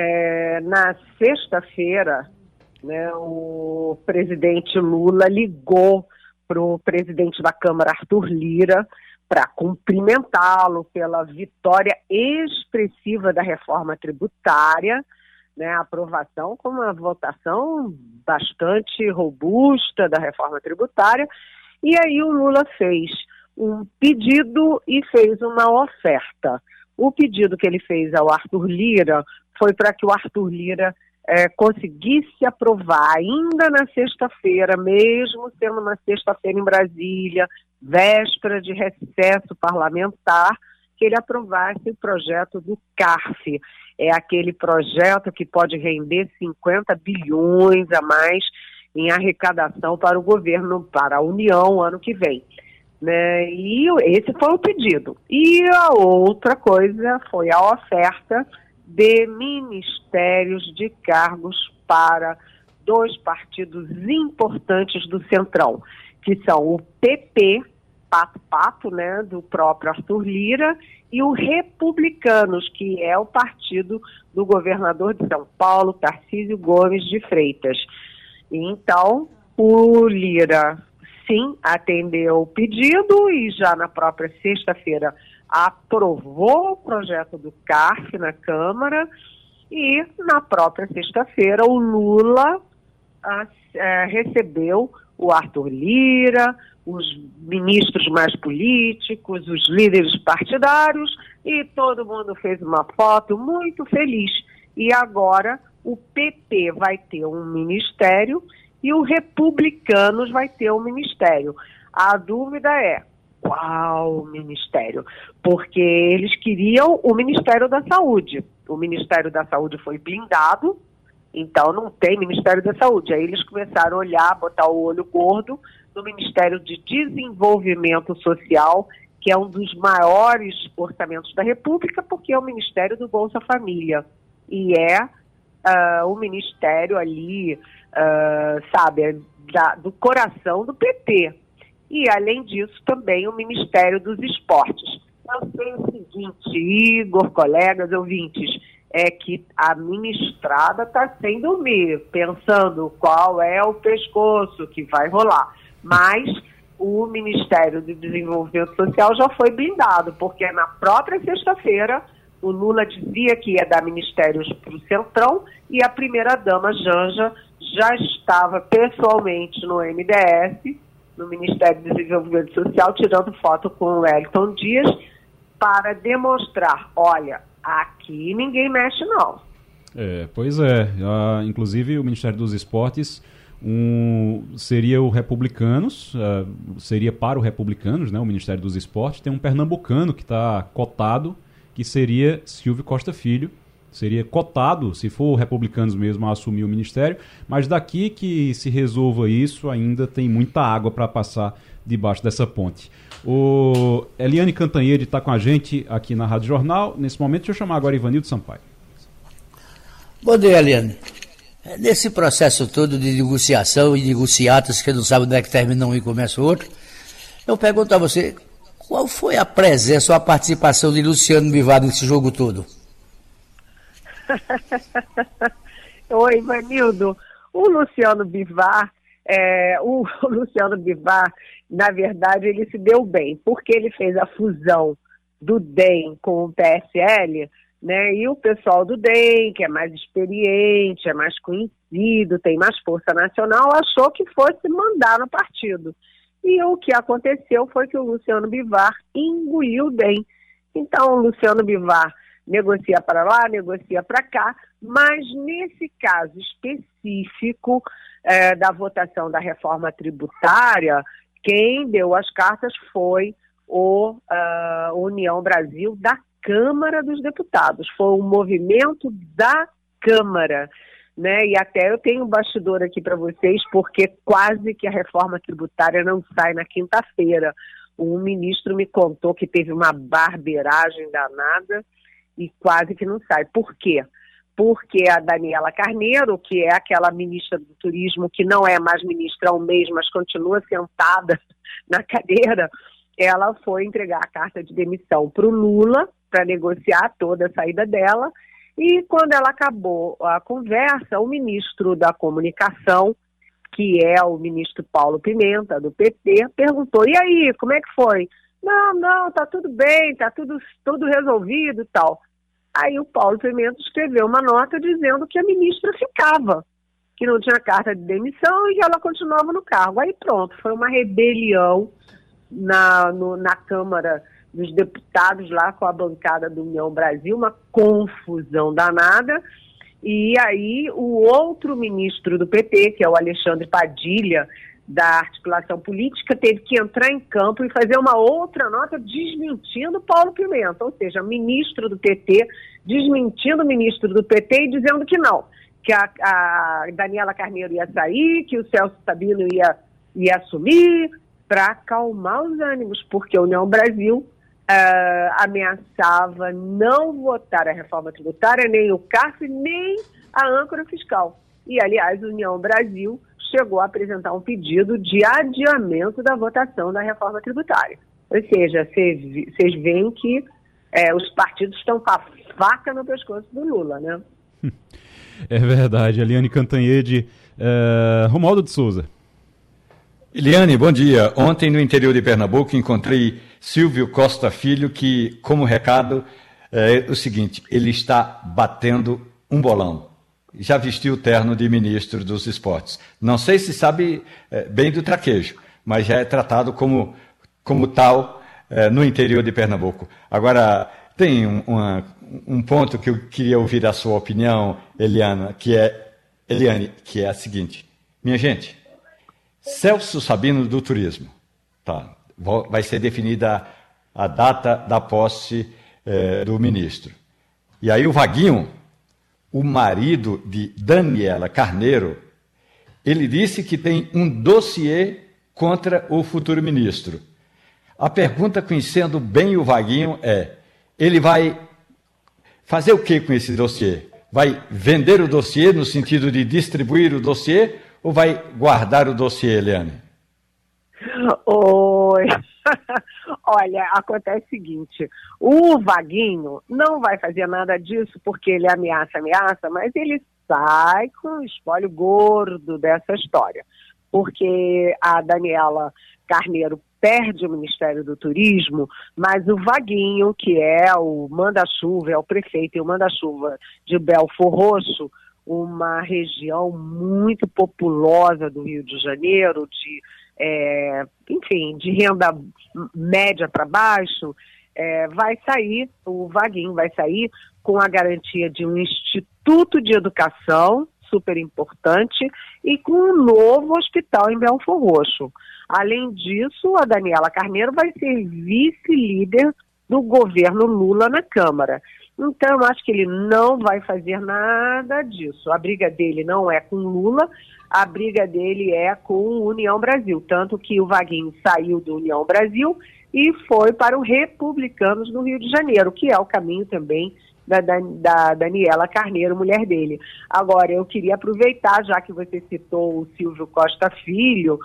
é na sexta-feira, né, o presidente Lula ligou para o presidente da Câmara, Arthur Lira, para cumprimentá-lo pela vitória expressiva da reforma tributária, né, a aprovação com uma votação bastante robusta da reforma tributária, e aí o Lula fez um pedido e fez uma oferta. O pedido que ele fez ao Arthur Lira foi para que o Arthur Lira é, conseguisse aprovar ainda na sexta-feira, mesmo sendo uma sexta-feira em Brasília, véspera de recesso parlamentar, que ele aprovasse o projeto do CARF. É aquele projeto que pode render cinquenta bilhões a mais em arrecadação para o governo, para a União, ano que vem. Né? E esse foi o pedido. E a outra coisa foi a oferta de ministérios de cargos para dois partidos importantes do Centrão, que são o P P, Pato Pato, né, do próprio Arthur Lira, e o Republicanos, que é o partido do governador de São Paulo, Tarcísio Gomes de Freitas. Então, o Lira, sim, atendeu o pedido e já na própria sexta-feira aprovou o projeto do CARF na Câmara, e na própria sexta-feira o Lula a, a, recebeu o Arthur Lira, os ministros mais políticos, os líderes partidários, e todo mundo fez uma foto muito feliz. E agora o P P vai ter um ministério e o Republicanos vai ter um ministério. A dúvida é, qual ministério? Porque eles queriam o Ministério da Saúde. O Ministério da Saúde foi blindado, então não tem Ministério da Saúde. Aí eles começaram a olhar, botar o olho gordo no Ministério de Desenvolvimento Social, que é um dos maiores orçamentos da República, porque é o Ministério do Bolsa Família. E é uh, o ministério ali, uh, sabe, da, do coração do P T. E, além disso, também o Ministério dos Esportes. Eu sei o seguinte, Igor, colegas, ouvintes, é que a ministrada está sem dormir, pensando qual é o pescoço que vai rolar. Mas o Ministério do Desenvolvimento Social já foi blindado, porque na própria sexta-feira o Lula dizia que ia dar ministérios para o Centrão, e a primeira-dama Janja já estava pessoalmente no M D S, no Ministério do Desenvolvimento Social, tirando foto com o Wellington Dias, para demonstrar, olha, aqui ninguém mexe não. É, pois é. Uh, inclusive o Ministério dos Esportes um, seria o Republicanos, uh, seria para o Republicanos, né, o Ministério dos Esportes. Tem um pernambucano que está cotado, que seria Silvio Costa Filho. Seria cotado, se for Republicanos mesmo, a assumir o ministério, mas daqui que se resolva isso, ainda tem muita água para passar debaixo dessa ponte. O Eliane Cantanhede está com a gente aqui na Rádio Jornal. Nesse momento, deixa eu chamar agora Ivanildo Sampaio. Bom dia, Eliane. Nesse processo todo de negociação e negociatas, que não sabe onde é que termina um e começa o outro, eu pergunto a você, Qual foi a presença ou a participação de Luciano Bivar nesse jogo todo? Oi, Ivanildo. O Luciano Bivar, é, o Luciano Bivar, na verdade, ele se deu bem, porque ele fez a fusão do D E M com o P S L, né? E o pessoal do D E M, que é mais experiente, é mais conhecido, tem mais força nacional, achou que fosse mandar no partido. E o que aconteceu foi que o Luciano Bivar engoliu o D E M. Então, o Luciano Bivar negocia para lá, negocia para cá, mas nesse caso específico é, da votação da reforma tributária, quem deu as cartas foi o uh, União Brasil da Câmara dos Deputados. Foi um movimento da Câmara, né? E até eu tenho um bastidor aqui para vocês, porque quase que a reforma tributária não sai na quinta-feira. Um ministro me contou que teve uma barbeiragem danada e quase que não sai. Por quê? Porque a Daniela Carneiro, que é aquela ministra do Turismo, que não é mais ministra há um mês, mas continua sentada na cadeira, ela foi entregar a carta de demissão para o Lula, para negociar toda a saída dela, e quando ela acabou a conversa, o ministro da Comunicação, que é o ministro Paulo Pimenta, do P T, perguntou, e aí, como é que foi? Não, não, tá tudo bem, tá tudo, tudo resolvido e tal. Aí o Paulo Pimenta escreveu uma nota dizendo que a ministra ficava, que não tinha carta de demissão e que ela continuava no cargo. Aí pronto, foi uma rebelião na, no, na Câmara dos Deputados, lá com a bancada do União Brasil, uma confusão danada. E aí o outro ministro do P T, que é o Alexandre Padilha, da articulação política, teve que entrar em campo e fazer uma outra nota desmentindo Paulo Pimenta, ou seja, ministro do P T, desmentindo o ministro do P T e dizendo que não, que a, a Daniela Carneiro ia sair, que o Celso Sabino ia, ia assumir, para acalmar os ânimos, porque a União Brasil uh, ameaçava não votar a reforma tributária, nem o C A F, nem a âncora fiscal. E, aliás, a União Brasil chegou a apresentar um pedido de adiamento da votação da reforma tributária. Ou seja, vocês veem que é, os partidos estão com a faca no pescoço do Lula, né? É verdade. Eliane Cantanhede, uh, Romualdo de Souza. Eliane, bom dia. Ontem, no interior de Pernambuco, encontrei Silvio Costa Filho, que, como recado, é o seguinte, ele está batendo um bolão. Já vestiu o terno de ministro dos esportes. Não sei se sabe é, bem do traquejo, mas já é tratado como, como tal é, no interior de Pernambuco. Agora, tem um, uma, um ponto que eu queria ouvir a sua opinião, Eliana, que é, Eliane, que é a seguinte. Minha gente, Celso Sabino do Turismo, tá, vai ser definida a data da posse é, do ministro. E aí o Vaguinho, o marido de Daniela Carneiro, ele disse que tem um dossiê contra o futuro ministro. A pergunta, conhecendo bem o Vaguinho, é, ele vai fazer o que com esse dossiê? Vai vender o dossiê no sentido de distribuir o dossiê ou vai guardar o dossiê, Eliane? Oi. Olha, acontece o seguinte, o Vaguinho não vai fazer nada disso porque ele ameaça, ameaça, mas ele sai com o espólio gordo dessa história, porque a Daniela Carneiro perde o Ministério do Turismo, mas o Vaguinho, que é o manda-chuva, é o prefeito e o manda-chuva de Belfor Roxo, uma região muito populosa do Rio de Janeiro, de É, enfim, de renda média para baixo, é, vai sair, o Vaguinho vai sair com a garantia de um instituto de educação, super importante, e com um novo hospital em Belfor Roxo. Além disso, a Daniela Carneiro vai ser vice-líder do governo Lula na Câmara. Então, eu acho que ele não vai fazer nada disso. A briga dele não é com Lula, a briga dele é com o União Brasil. Tanto que o Vaguinho saiu do União Brasil e foi para o Republicanos no Rio de Janeiro, que é o caminho também da, da, da Daniela Carneiro, mulher dele. Agora, eu queria aproveitar, já que você citou o Silvio Costa Filho,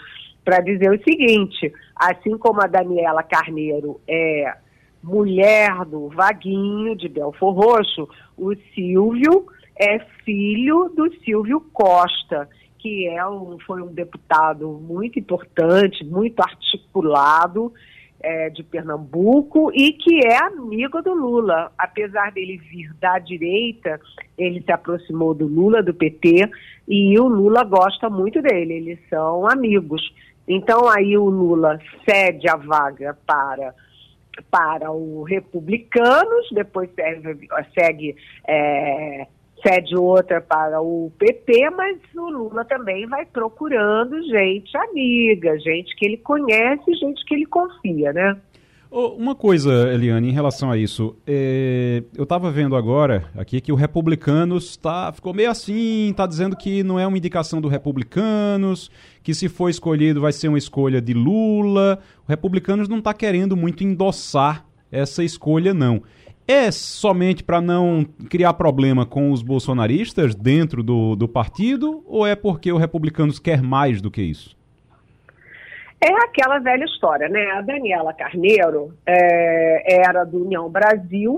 para dizer o seguinte, assim como a Daniela Carneiro é mulher do Vaguinho, de Belfor Roxo, o Silvio é filho do Silvio Costa, que é um, foi um deputado muito importante, muito articulado, é, de Pernambuco, e que é amigo do Lula. Apesar dele vir da direita, ele se aproximou do Lula, do P T, e o Lula gosta muito dele, eles são amigos. Então aí o Lula cede a vaga para, para o Republicanos, depois segue, segue é, cede outra para o P T, mas o Lula também vai procurando gente amiga, gente que ele conhece, gente que ele confia, né? Uma coisa, Eliane, em relação a isso, é, eu estava vendo agora aqui que o Republicanos tá, ficou meio assim, está dizendo que não é uma indicação do Republicanos, que se for escolhido vai ser uma escolha de Lula. O Republicanos não está querendo muito endossar essa escolha, não. É somente para não criar problema com os bolsonaristas dentro do, do partido, ou é porque o Republicanos quer mais do que isso? É aquela velha história, né? A Daniela Carneiro é, era do União Brasil,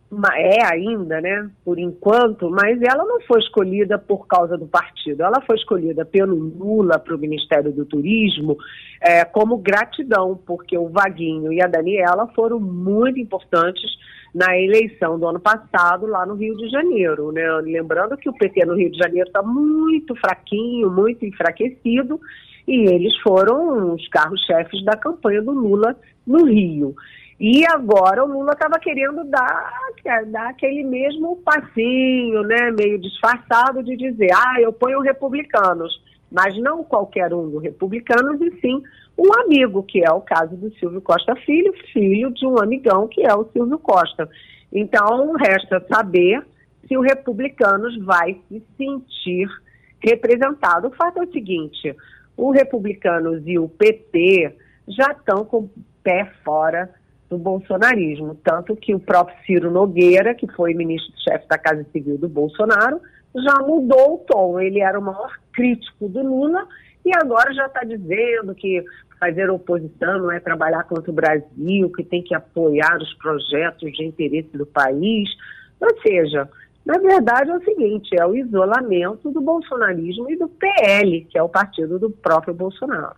é ainda, né, por enquanto, mas ela não foi escolhida por causa do partido, ela foi escolhida pelo Lula para o Ministério do Turismo é, como gratidão, porque o Vaguinho e a Daniela foram muito importantes na eleição do ano passado lá no Rio de Janeiro, né? Lembrando que o P T no Rio de Janeiro está muito fraquinho, muito enfraquecido, e eles foram os carros-chefes da campanha do Lula no Rio. E agora o Lula estava querendo dar, dar aquele mesmo passinho, né, meio disfarçado de dizer, ah, eu ponho Republicanos, mas não qualquer um do Republicanos, e sim um amigo, que é o caso do Silvio Costa Filho, filho de um amigão que é o Silvio Costa. Então, resta saber se o Republicanos vai se sentir representado. O fato é o seguinte, o Republicanos e o P T já estão com o pé fora do bolsonarismo, tanto que o próprio Ciro Nogueira, que foi ministro-chefe da Casa Civil do Bolsonaro, já mudou o tom. Ele era o maior crítico do Lula e agora já está dizendo que fazer oposição não é trabalhar contra o Brasil, que tem que apoiar os projetos de interesse do país. Ou seja, na verdade é o seguinte, é o isolamento do bolsonarismo e do P L, que é o partido do próprio Bolsonaro.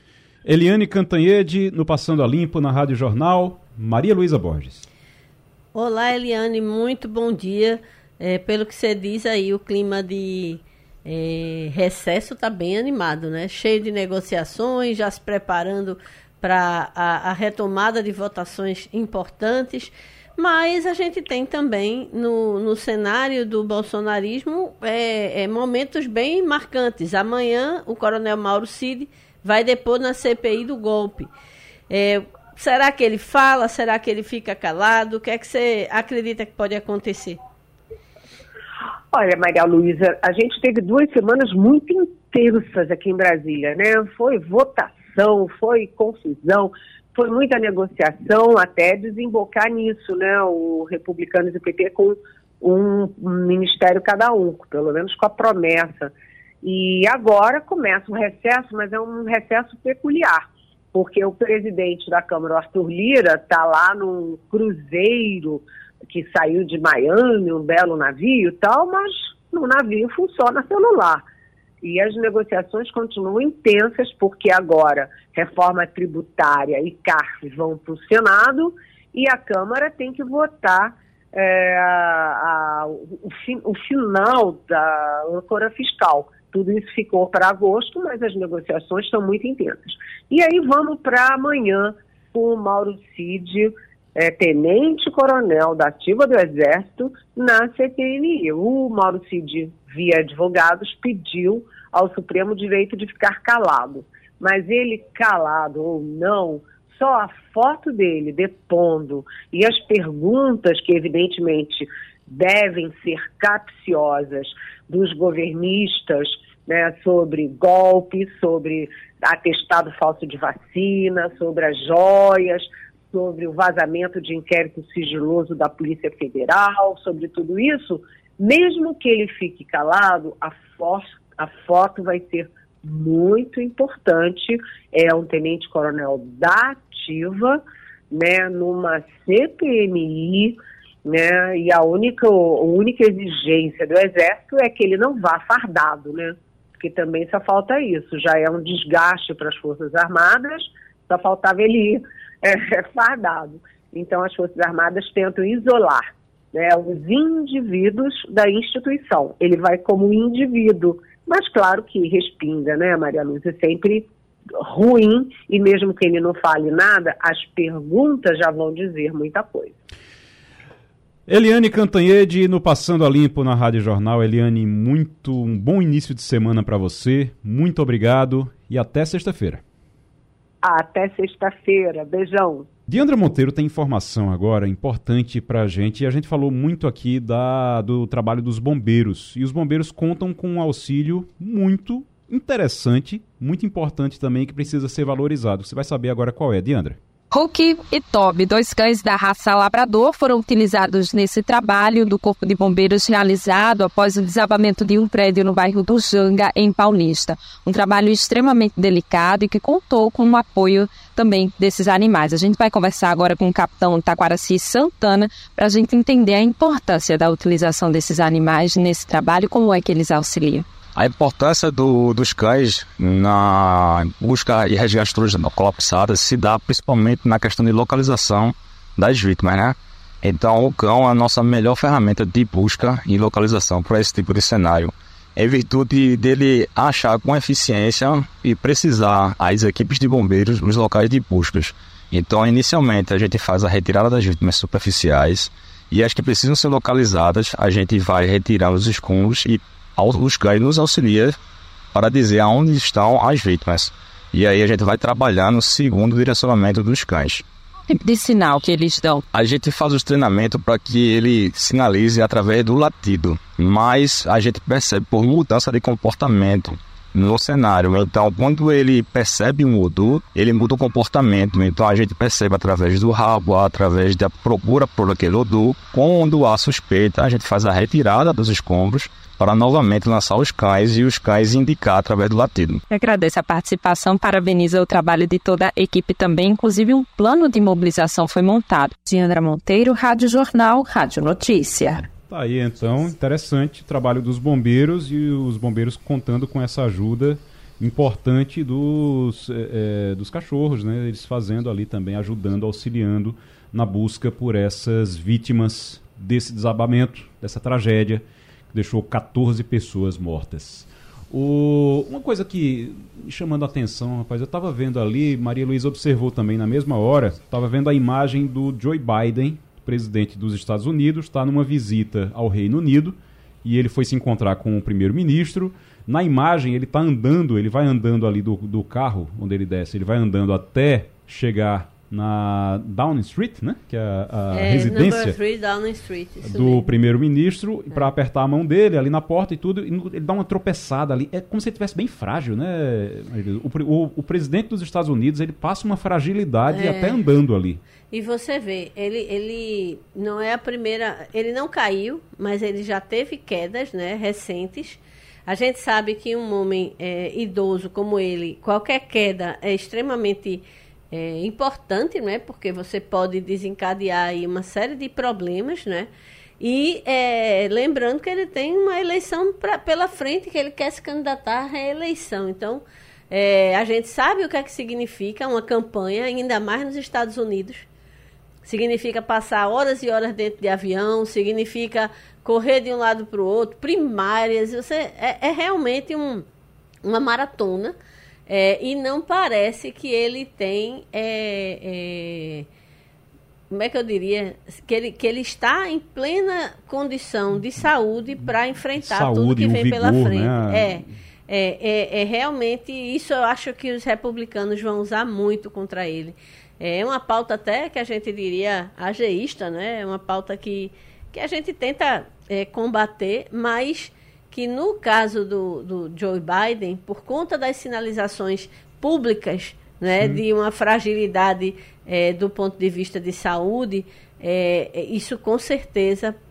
Eliane Cantanhede, no Passando a Limpo, na Rádio Jornal. Maria Luísa Borges. Olá, Eliane, muito bom dia. É, pelo que você diz aí, o clima de é, recesso está bem animado, né? Cheio de negociações, já se preparando para a, a retomada de votações importantes. Mas a gente tem também no, no cenário do bolsonarismo é, é, momentos bem marcantes. Amanhã o coronel Mauro Cid vai depor na C P I do golpe. É, será que ele fala? Será que ele fica calado? O que é que você acredita que pode acontecer? Olha, Maria Luísa, a gente teve duas semanas muito intensas aqui em Brasília, né? Foi votação, foi confusão, foi muita negociação até desembocar nisso, né? O Republicanos e o P T com um ministério cada um, pelo menos com a promessa. E agora começa um recesso, mas é um recesso peculiar, porque o presidente da Câmara, Arthur Lira, está lá num cruzeiro que saiu de Miami, um belo navio e tal, mas no navio funciona celular. E as negociações continuam intensas, porque agora reforma tributária e C A R F vão para o Senado e a Câmara tem que votar é, a, a, o, fi, o final da âncora fiscal. Tudo isso ficou para agosto, mas as negociações estão muito intensas. E aí vamos para amanhã com o Mauro Cid, é, tenente-coronel da ativa do Exército, na C P M I. O Mauro Cid, via advogados, pediu ao Supremo o direito de ficar calado. Mas ele, calado ou não, só a foto dele depondo e as perguntas que, evidentemente, devem ser capciosas dos governistas, né, sobre golpe, sobre atestado falso de vacina, sobre as joias, sobre o vazamento de inquérito sigiloso da Polícia Federal, sobre tudo isso, mesmo que ele fique calado, a, fo- a foto vai ser muito importante, é um tenente-coronel da ativa, né, numa C P M I, né, e a única, a única exigência do Exército é que ele não vá fardado, né, porque também só falta isso, já é um desgaste para as Forças Armadas, só faltava ele ir é, fardado. Então as Forças Armadas tentam isolar, né, os indivíduos da instituição. Ele vai como indivíduo, mas claro que respinga, né, Maria Lúcia, sempre ruim, e mesmo que ele não fale nada, as perguntas já vão dizer muita coisa. Eliane Cantanhede, no Passando a Limpo na Rádio Jornal. Eliane, muito um bom início de semana para você, muito obrigado e até sexta-feira. Até sexta-feira, beijão. Diandra Monteiro tem informação agora importante para a gente, e a gente falou muito aqui da, do trabalho dos bombeiros, e os bombeiros contam com um auxílio muito interessante, muito importante também, que precisa ser valorizado. Você vai saber agora qual é, Diandra. Hulk e Toby, dois cães da raça labrador, foram utilizados nesse trabalho do Corpo de Bombeiros realizado após o desabamento de um prédio no bairro do Janga, em Paulista. Um trabalho extremamente delicado e que contou com o apoio também desses animais. A gente vai conversar agora com o capitão Taquaraci Santana para a gente entender a importância da utilização desses animais nesse trabalho e como é que eles auxiliam. A importância do, dos cães na busca e resgate de estruturas colapsadas se dá principalmente na questão de localização das vítimas, né? Então o cão é a nossa melhor ferramenta de busca e localização para esse tipo de cenário. Em virtude dele achar com eficiência e precisar as equipes de bombeiros nos locais de buscas. Então inicialmente a gente faz a retirada das vítimas superficiais e as que precisam ser localizadas a gente vai retirando os escombros e os cães nos auxiliam para dizer aonde estão as vítimas. E aí a gente vai trabalhando segundo o direcionamento dos cães. Que tipo de sinal que eles dão? A gente faz os treinamentos para que ele sinalize através do latido, mas a gente percebe por mudança de comportamento no cenário. Então, quando ele percebe um odor, ele muda o comportamento. Então, a gente percebe através do rabo, através da procura por aquele odor. Quando há suspeita, a gente faz a retirada dos escombros para novamente lançar os cães e os cães indicar através do latido. Eu agradeço a participação, parabenizo o trabalho de toda a equipe também, inclusive um plano de mobilização foi montado. Diandra Monteiro, Rádio Jornal, Rádio Notícia. Tá aí então, interessante o trabalho dos bombeiros e os bombeiros contando com essa ajuda importante dos, é, dos cachorros, né? Eles fazendo ali também, ajudando, auxiliando na busca por essas vítimas desse desabamento, dessa tragédia, deixou quatorze pessoas mortas. O, uma coisa que me chamando a atenção, rapaz, eu estava vendo ali, Maria Luísa observou também na mesma hora, estava vendo a imagem do Joe Biden, presidente dos Estados Unidos, está numa visita ao Reino Unido e ele foi se encontrar com o primeiro-ministro. Na imagem ele está andando, ele vai andando ali do, do carro onde ele desce, ele vai andando até chegar na Downing Street, né? Que é a, a é, residência três, Downing Street, do primeiro-ministro, é. para apertar a mão dele ali na porta e tudo, e ele dá uma tropeçada ali, é como se ele estivesse bem frágil, né? O, o, o presidente dos Estados Unidos, ele passa uma fragilidade é. até andando ali. E você vê, ele, ele não é a primeira, ele não caiu, mas ele já teve quedas, né, recentes. A gente sabe que um homem é, idoso como ele, qualquer queda é extremamente É importante, né? Porque você pode desencadear aí uma série de problemas, né? E é, lembrando que ele tem uma eleição pra, pela frente, que ele quer se candidatar à reeleição. Então, é, a gente sabe o que é que significa uma campanha, ainda mais nos Estados Unidos. Significa passar horas e horas dentro de avião, significa correr de um lado para o outro, primárias. Você, é, é realmente um, uma maratona. É, e não parece que ele tem, é, é, como é que eu diria, que ele, que ele está em plena condição de saúde para enfrentar saúde, tudo que vem vigor, pela frente. Né? É, é, é, é realmente, isso eu acho que os republicanos vão usar muito contra ele. É uma pauta até que a gente diria ageísta, né? É uma pauta que, que a gente tenta é, combater, mas que no caso do, do Joe Biden, por conta das sinalizações públicas, né, de uma fragilidade é, do ponto de vista de saúde, é, isso com certeza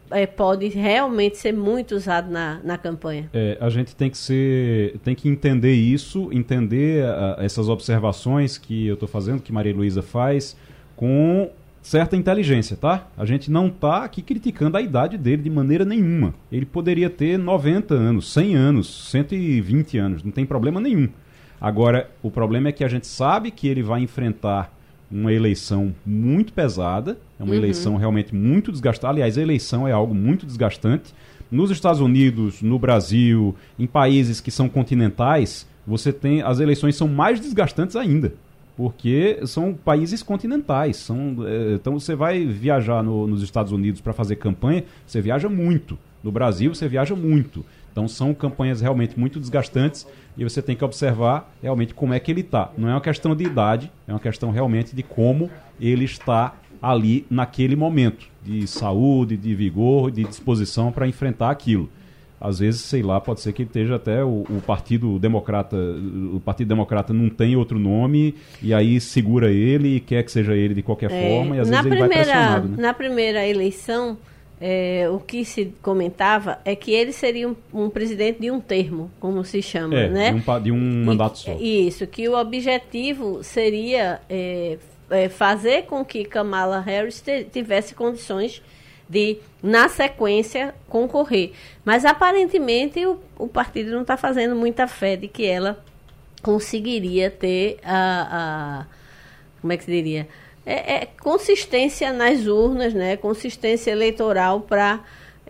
é, pode realmente ser muito usado na, na campanha. É, a gente tem que ser, tem que entender isso, entender a, essas observações que eu estou fazendo, que Maria Luísa faz, com certa inteligência, tá? A gente não está aqui criticando a idade dele de maneira nenhuma. Ele poderia ter noventa anos, cem anos, cento e vinte anos, não tem problema nenhum. Agora, o problema é que a gente sabe que ele vai enfrentar uma eleição muito pesada, é uma uhum. eleição realmente muito desgastada. Aliás, a eleição é algo muito desgastante. Nos Estados Unidos, no Brasil, em países que são continentais, você tem, as eleições são mais desgastantes ainda, porque são países continentais. São, é, então você vai viajar no, nos Estados Unidos para fazer campanha, você viaja muito. No Brasil, você viaja muito. Então são campanhas realmente muito desgastantes e você tem que observar realmente como é que ele está. Não é uma questão de idade, é uma questão realmente de como ele está ali naquele momento, de saúde, de vigor, de disposição para enfrentar aquilo. Às vezes, sei lá, pode ser que ele esteja até o, o Partido Democrata, o Partido Democrata não tem outro nome e aí segura ele e quer que seja ele de qualquer é, forma e às vezes primeira, ele vai pressionado. Né? Na primeira eleição, É, o que se comentava é que ele seria um, um presidente de um termo, como se chama, é, né? De um, de um mandato e, só. Isso, que o objetivo seria é, é, fazer com que Kamala Harris te, tivesse condições de, na sequência, concorrer. Mas, aparentemente, o, o partido não está fazendo muita fé de que ela conseguiria ter a... a como é que se diria? É, é consistência nas urnas, né? Consistência eleitoral para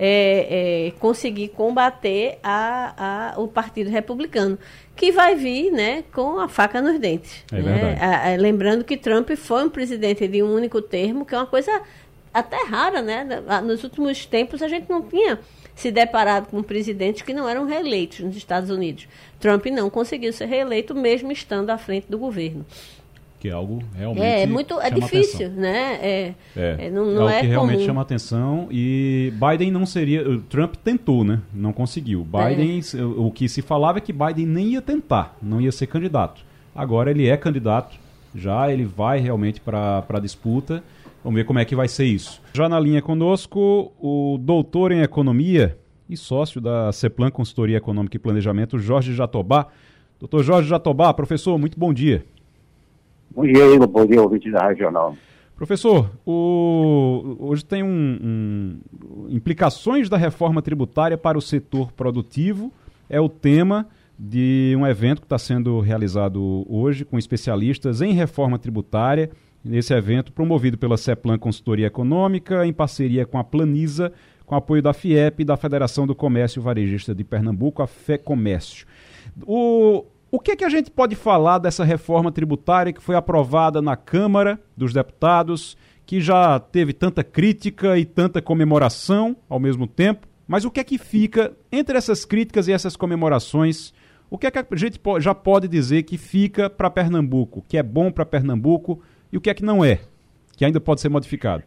é, é, conseguir combater a, a, o Partido Republicano, que vai vir, né, com a faca nos dentes. É né? a, a, lembrando que Trump foi um presidente de um único termo, que é uma coisa até rara, né? Nos últimos tempos a gente não tinha se deparado com presidentes que não eram reeleitos nos Estados Unidos. Trump não conseguiu ser reeleito mesmo estando à frente do governo. Que é algo realmente é muito é difícil, atenção. né? É, é, é, não, não é, é o que é realmente comum. chama atenção. E Biden não seria. O Trump tentou, né? Não conseguiu. Biden, é. o que se falava é que Biden nem ia tentar, não ia ser candidato. Agora ele é candidato, já ele vai realmente para a disputa. Vamos ver como é que vai ser isso. Já na linha conosco, o doutor em economia e sócio da Ceplan Consultoria Econômica e Planejamento, Jorge Jatobá. Doutor Jorge Jatobá, professor, muito bom dia. Bom dia, Igor. Bom dia, ouvinte da Regional. Professor, o, hoje tem um, um, implicações da reforma tributária para o setor produtivo. É o tema de um evento que está sendo realizado hoje com especialistas em reforma tributária. Nesse evento promovido pela Ceplan Consultoria Econômica, em parceria com a Planisa, com apoio da FIEP e da Federação do Comércio Varejista de Pernambuco, a FEComércio. O... O que é que a gente pode falar dessa reforma tributária que foi aprovada na Câmara dos Deputados, que já teve tanta crítica e tanta comemoração ao mesmo tempo, mas o que é que fica entre essas críticas e essas comemorações? O que é que a gente já pode dizer que fica para Pernambuco, que é bom para Pernambuco, e o que é que não é, que ainda pode ser modificado?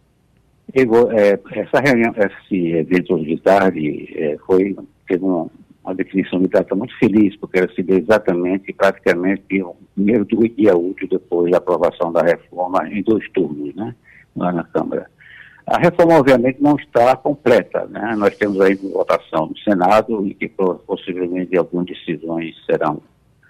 Igor, é, essa reunião, esse evento hoje de tarde é, foi, teve uma, uma definição de data muito feliz, porque ela se deu exatamente, praticamente, o primeiro dia útil depois da aprovação da reforma em dois turnos, né, lá na Câmara. A reforma, obviamente, não está completa, né? Nós temos aí uma votação no Senado e que possivelmente algumas decisões serão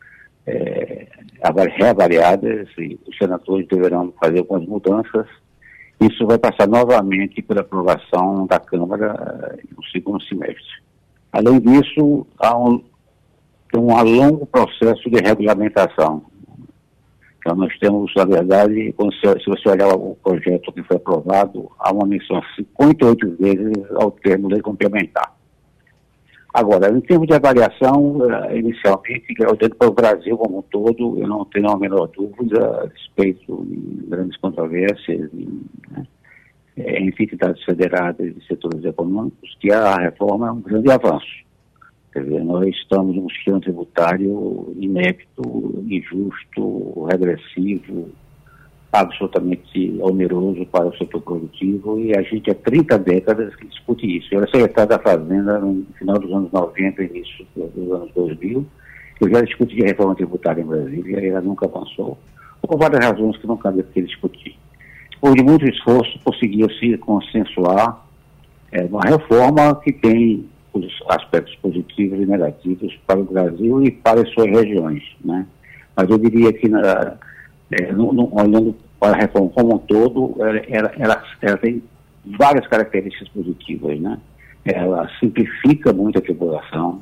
é, reavaliadas e os senadores deverão fazer algumas mudanças. Isso vai passar novamente por aprovação da Câmara no segundo semestre. Além disso, há um, um longo processo de regulamentação. Então, nós temos, na verdade, quando se, se você olhar o projeto que foi aprovado, há uma menção cinquenta e oito vezes ao termo lei complementar. Agora, em termos de avaliação, inicialmente, olhando para o Brasil como um todo, eu não tenho a menor dúvida a respeito de grandes controvérsias em, né, em entidades federadas e setores econômicos, que a reforma é um grande avanço. Quer dizer, nós estamos num sistema tributário inepto, injusto, regressivo, absolutamente oneroso para o setor produtivo, e a gente há trinta décadas que discute isso. Eu era secretário da Fazenda no final dos anos noventa, início dos anos dois mil, eu já discuti de reforma tributária em Brasília e ela nunca avançou, por várias razões que não cabia ter discutir. Depois de muito esforço, conseguiu-se consensuar É uma reforma que tem os aspectos positivos e negativos para o Brasil e para as suas regiões, né? Mas eu diria que, na, é, no, no, olhando para a reforma como um todo, ela, ela, ela, ela tem várias características positivas, né? Ela simplifica muito a tributação,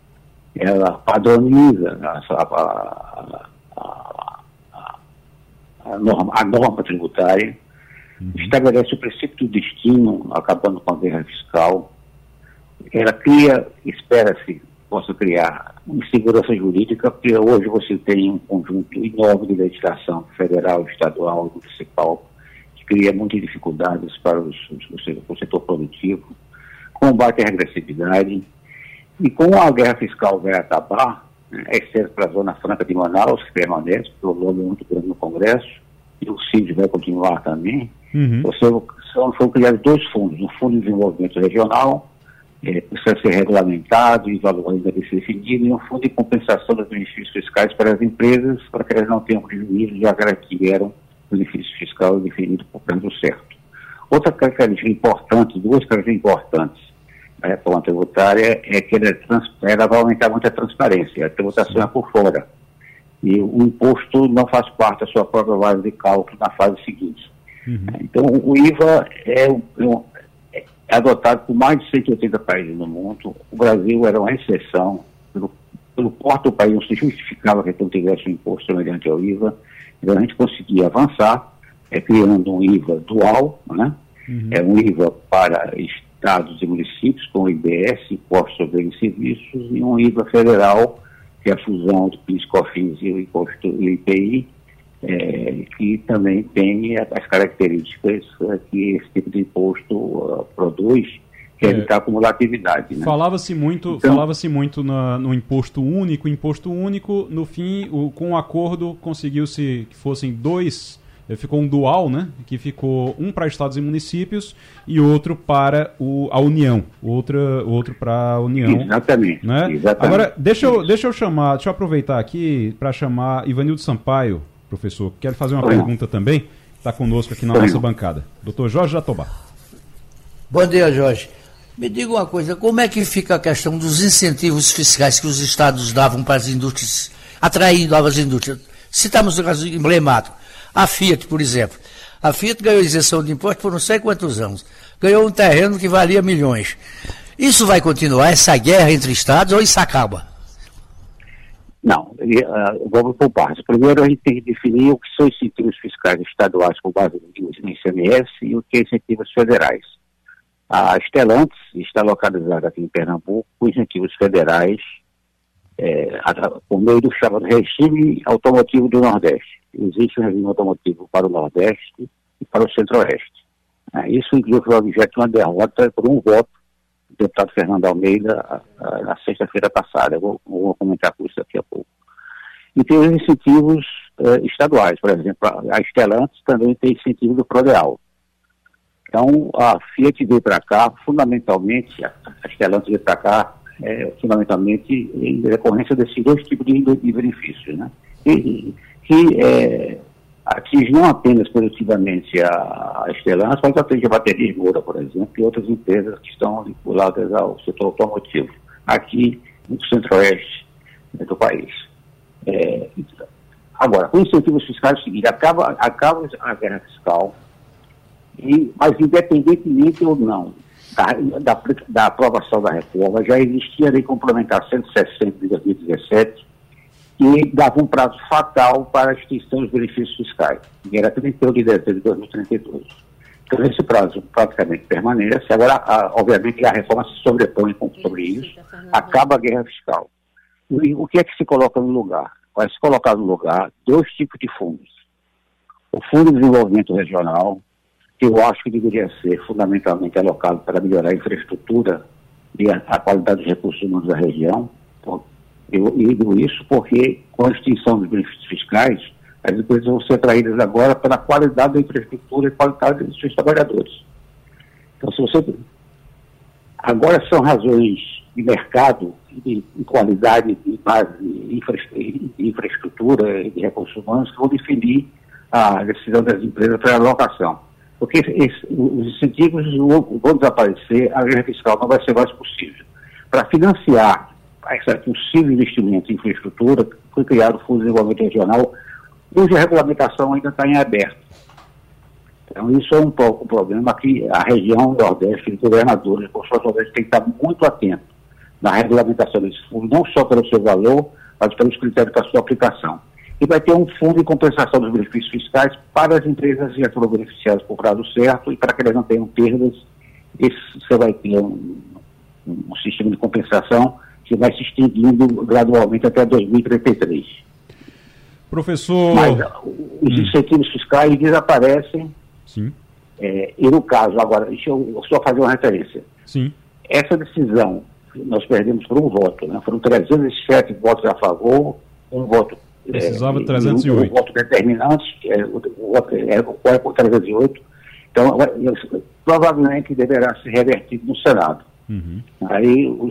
ela padroniza a, a, a, a, a, norma, a norma tributária, uhum. estabelece o princípio do destino, acabando com a guerra fiscal. Ela cria, espera-se, possa criar uma segurança jurídica, porque hoje você tem um conjunto enorme de legislação federal, estadual e municipal, que cria muitas dificuldades para os, os, o setor produtivo, combate à regressividade, e como a guerra fiscal vai acabar, né, exceto para a Zona Franca de Manaus, que permanece, porque o lobby é muito grande no Congresso, e o C I D vai continuar também, uhum. você, são, foram criados dois fundos, um Fundo de Desenvolvimento Regional, é, precisa ser regulamentado e valor ainda deve ser definido, e um fundo de compensação dos benefícios fiscais para as empresas, para que elas não tenham prejuízo, já que elas tiveram benefício fiscal definido por prazo certo. Outra característica importante, duas características importantes da reforma tributária é que ela, é trans, ela vai aumentar muito a transparência, a tributação é por fora. E o imposto não faz parte da sua própria base de cálculo na fase seguinte. Uhum. Então, o I V A é, um, é adotado por mais de cento e oitenta países no mundo. O Brasil era uma exceção. Pelo, pelo porte do país não se justificava que não tivesse um imposto semelhante ao I V A. Então, a gente conseguia avançar, é, criando um I V A dual, né? Uhum. É um I V A para estados e municípios, com o I B S, Imposto sobre Bens e Serviços, e um I V A federal, que é a fusão do PIS, COFINS e o imposto e o I P I, é, que também tem as características é, que esse tipo de imposto uh, produz, que é evitar acumulatividade. Né? Falava-se muito, então, falava-se muito na, no imposto único, imposto único, no fim, o, com o acordo, conseguiu-se que fossem dois. Ficou um dual, né? Que ficou um para estados e municípios e outro para o, a União. Outro, outro para a União. Exatamente, né? exatamente. Agora, deixa eu, deixa eu chamar, deixa eu aproveitar aqui para chamar Ivanildo Sampaio, professor. Quero fazer uma Oi. pergunta também. Está conosco aqui na Oi. nossa bancada. doutor Jorge Jatobá. Bom dia, Jorge. Me diga uma coisa, como é que fica a questão dos incentivos fiscais que os estados davam para as indústrias, atraindo novas indústrias? Citamos um caso emblemático. A Fiat, por exemplo. A Fiat ganhou isenção de imposto por não sei quantos anos. Ganhou um terreno que valia milhões. Isso vai continuar, essa guerra entre estados, ou isso acaba? Não, uh, vamos por partes. Primeiro a gente tem que definir o que são incentivos fiscais estaduais com base no I C M S e o que é incentivos federais. A Stellantis está localizada aqui em Pernambuco com incentivos federais é, por meio do chamado regime automotivo do Nordeste. Existe um regime automotivo para o Nordeste e para o Centro-Oeste. É, isso, inclusive, foi objeto de uma derrota por um voto do deputado Fernando Almeida a, a, na sexta-feira passada. Eu vou, vou comentar com isso daqui a pouco. E tem os incentivos uh, estaduais. Por exemplo, a, a Stellantis também tem incentivo do Prodeal. Então, a Fiat veio para cá, fundamentalmente, a, a Stellantis veio para cá, é, fundamentalmente, em decorrência desses dois tipos de, de benefícios, né? E, que é, atinge não apenas positivamente a, a Stellantis, mas atinge a Baterias Moura, por exemplo, e outras empresas que estão vinculadas ao setor automotivo, aqui no centro-oeste, né, do país. É, agora, com incentivos fiscais é o seguinte, acaba, acaba a guerra fiscal, e, mas independentemente ou não da, da, da aprovação da reforma, já existia a Lei Complementar cento e sessenta de dois mil e dezessete, que dava um prazo fatal para a extinção dos benefícios fiscais, que era trinta e um de dezembro de dois mil e trinta e dois. Então, esse prazo praticamente permanece. Agora, a, obviamente, a reforma se sobrepõe sobre isso, acaba a guerra fiscal. E o que é que se coloca no lugar? Vai se colocar no lugar dois tipos de fundos. O Fundo de Desenvolvimento Regional, que eu acho que deveria ser fundamentalmente alocado para melhorar a infraestrutura e a, a qualidade dos recursos humanos da região. Eu digo isso porque, com a extinção dos benefícios fiscais, as empresas vão ser atraídas agora pela qualidade da infraestrutura e qualidade dos seus trabalhadores. Então, se você... Agora são razões de mercado, de, de qualidade, de base, de, infra, de infraestrutura e de recursos humanos que vão definir a decisão das empresas para a alocação. porque esse, os incentivos vão desaparecer, a regra fiscal não vai ser mais possível. Para financiar esse possível investimento em infraestrutura, foi criado o Fundo de Desenvolvimento Regional, cuja regulamentação ainda está em aberto. Então, isso é um pouco o problema que a região Nordeste, os governadores, os professores têm que estar muito atentos na regulamentação desse fundo, não só pelo seu valor, mas pelos critérios para a sua aplicação. E vai ter um fundo de compensação dos benefícios fiscais para as empresas que já foram beneficiadas por prazo certo e para que elas não tenham perdas. Esse, você vai ter um, um sistema de compensação que vai se extinguindo gradualmente até dois mil e trinta e três. Professor... Mas os incentivos hum. fiscais desaparecem. Sim. É, e no caso, agora, deixa eu só fazer uma referência. Sim. Essa decisão, nós perdemos por um voto, né? Foram trezentos e sete votos a favor, um voto... Precisava de é, trezentos e oito. Um, um voto determinante, é, o, o, é, o qual é por trezentos e oito. Então, provavelmente deverá ser revertido no Senado. Uhum. Aí, o,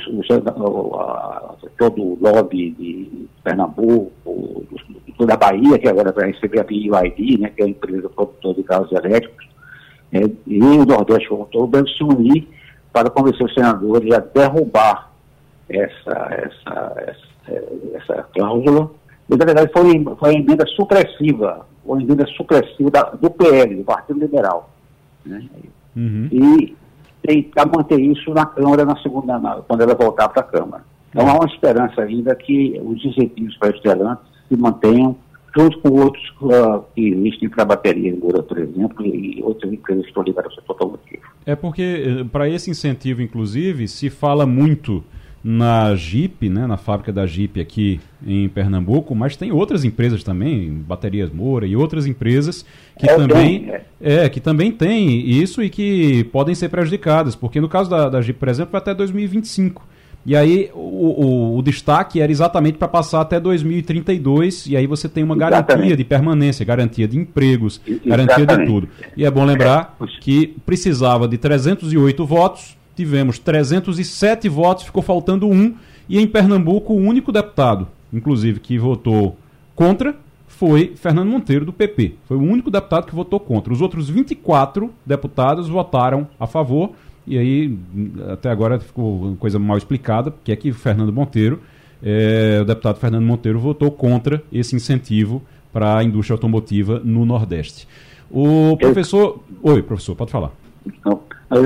o, a, todo o lobby de Pernambuco, o, o, da Bahia, que agora vai receber a B Y D, né, que é a empresa produtora de carros elétricos, é, e o Nordeste como todo, deve se unir para convencer os senadores a derrubar essa, essa, essa, essa cláusula. E, na verdade, foi, foi a emenda supressiva, foi a emenda supressiva da, do P L, do Partido Liberal. Né? Uhum. E tentar manter isso na Câmara, na segunda, na, quando ela voltar para a Câmara. Então, há uma esperança ainda que os incentivos para estelantes se mantenham, junto com outros uh, que existem para bateria em Moura, por exemplo, e outras empresas que estão ligadas ao setor automotivo. É porque, para esse incentivo, inclusive, se fala muito na Jeep, né, na fábrica da Jeep aqui em Pernambuco, mas tem outras empresas também, Baterias Moura e outras empresas que é, também tem, é. É, que também têm isso e que podem ser prejudicadas, porque no caso da, da Jeep, por exemplo, vai até dois mil e vinte e cinco. E aí o, o, o destaque era exatamente para passar até dois mil e trinta e dois, e aí você tem uma exatamente. garantia de permanência, garantia de empregos, exatamente. garantia de tudo. E é bom lembrar é. que precisava de trezentos e oito votos, tivemos trezentos e sete votos, ficou faltando um, e em Pernambuco o único deputado, inclusive, que votou contra foi Fernando Monteiro, do P P. Foi o único deputado que votou contra. Os outros vinte e quatro deputados votaram a favor, e aí até agora ficou uma coisa mal explicada, que é que o Fernando Monteiro, é, o deputado Fernando Monteiro votou contra esse incentivo para a indústria automotiva no Nordeste. O professor... Eu... Oi, professor, pode falar. Não.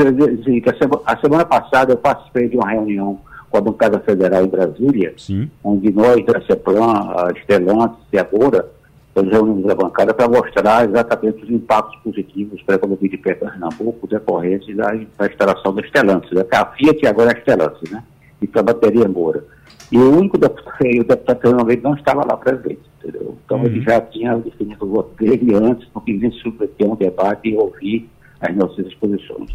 A semana passada eu participei de uma reunião com a bancada federal em Brasília, Sim. onde nós, da CEPLAN, a Stellantis e a Moura, nós reunimos a bancada para mostrar exatamente os impactos positivos para a economia de Pernambuco decorrentes da, da instalação da Stellantis, né? A Fiat agora é a Stellantis, né? E para a bateria Moura. E o único deputado, o deputado Fernando não estava lá presente, entendeu? Então uhum. ele já tinha definido o voto dele antes, porque ele se submeteu a um debate e ouvir as nossas exposições.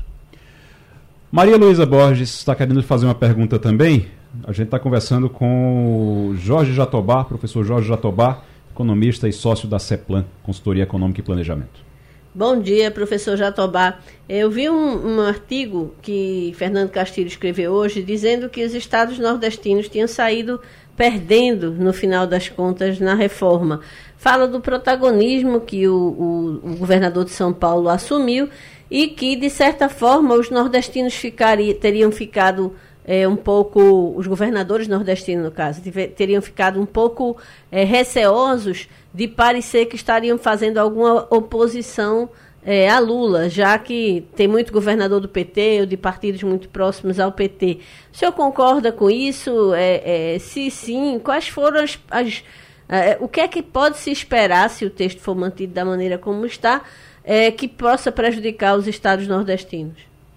Maria Luísa Borges está querendo fazer uma pergunta também. A gente está conversando com o Jorge Jatobá, professor Jorge Jatobá, economista e sócio da CEPLAN, Consultoria Econômica e Planejamento. Bom dia, professor Jatobá. Eu vi um, um artigo que Fernando Castilho escreveu hoje, dizendo que os estados nordestinos tinham saído perdendo, no final das contas, na reforma. Fala do protagonismo que o, o, o governador de São Paulo assumiu e que, de certa forma, os nordestinos ficari, teriam ficado é, um pouco, os governadores nordestinos, no caso, teriam ficado um pouco é, receosos de parecer que estariam fazendo alguma oposição é, a Lula, já que tem muito governador do P T ou de partidos muito próximos ao P T. O senhor concorda com isso? É, é, se sim, quais foram as... as é, o que é que pode se esperar, se o texto for mantido da maneira como está, é, que possa prejudicar os estados nordestinos?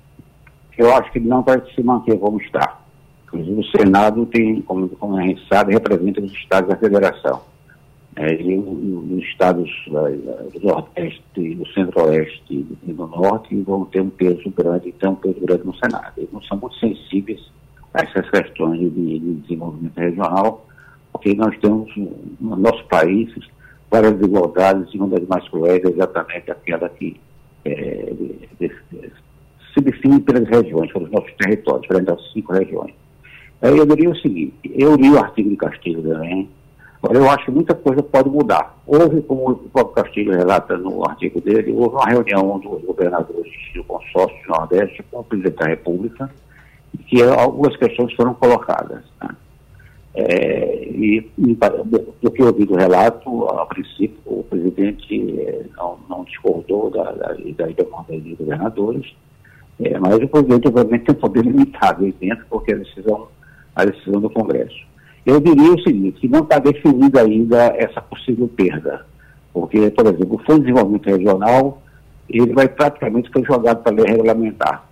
Eu acho que não vai se manter como está. Inclusive o Senado tem, como, como a gente sabe, representa os estados da federação. É, e os estados uh, do Nordeste, do Centro-Oeste e do Norte vão ter um peso grande, tem um peso grande no Senado. Eles não são muito sensíveis a essas questões de, de desenvolvimento regional, porque nós temos no nosso país várias desigualdades, e uma das mais cruéis é exatamente aquela que é, de, de, de, se define pelas regiões, pelos nossos territórios, pelas nossas cinco regiões. Aí eu diria o seguinte, eu li o artigo de Castilho também, Agora, eu acho que muita coisa pode mudar. Houve, como o próprio Castilho relata no artigo dele, houve uma reunião dos governadores do consórcio do Nordeste com o presidente da República, e que algumas questões foram colocadas, né? É, e, e do que eu ouvi do relato, a princípio, o presidente é, não, não discordou da, da, da demanda dos governadores, é, mas o presidente, obviamente, tem poder limitado aí dentro, porque é a decisão, a decisão do Congresso. Eu diria o seguinte, que não está definida ainda essa possível perda, porque, por exemplo, o Fundo de Desenvolvimento Regional, ele vai praticamente ser jogado para a lei regulamentar.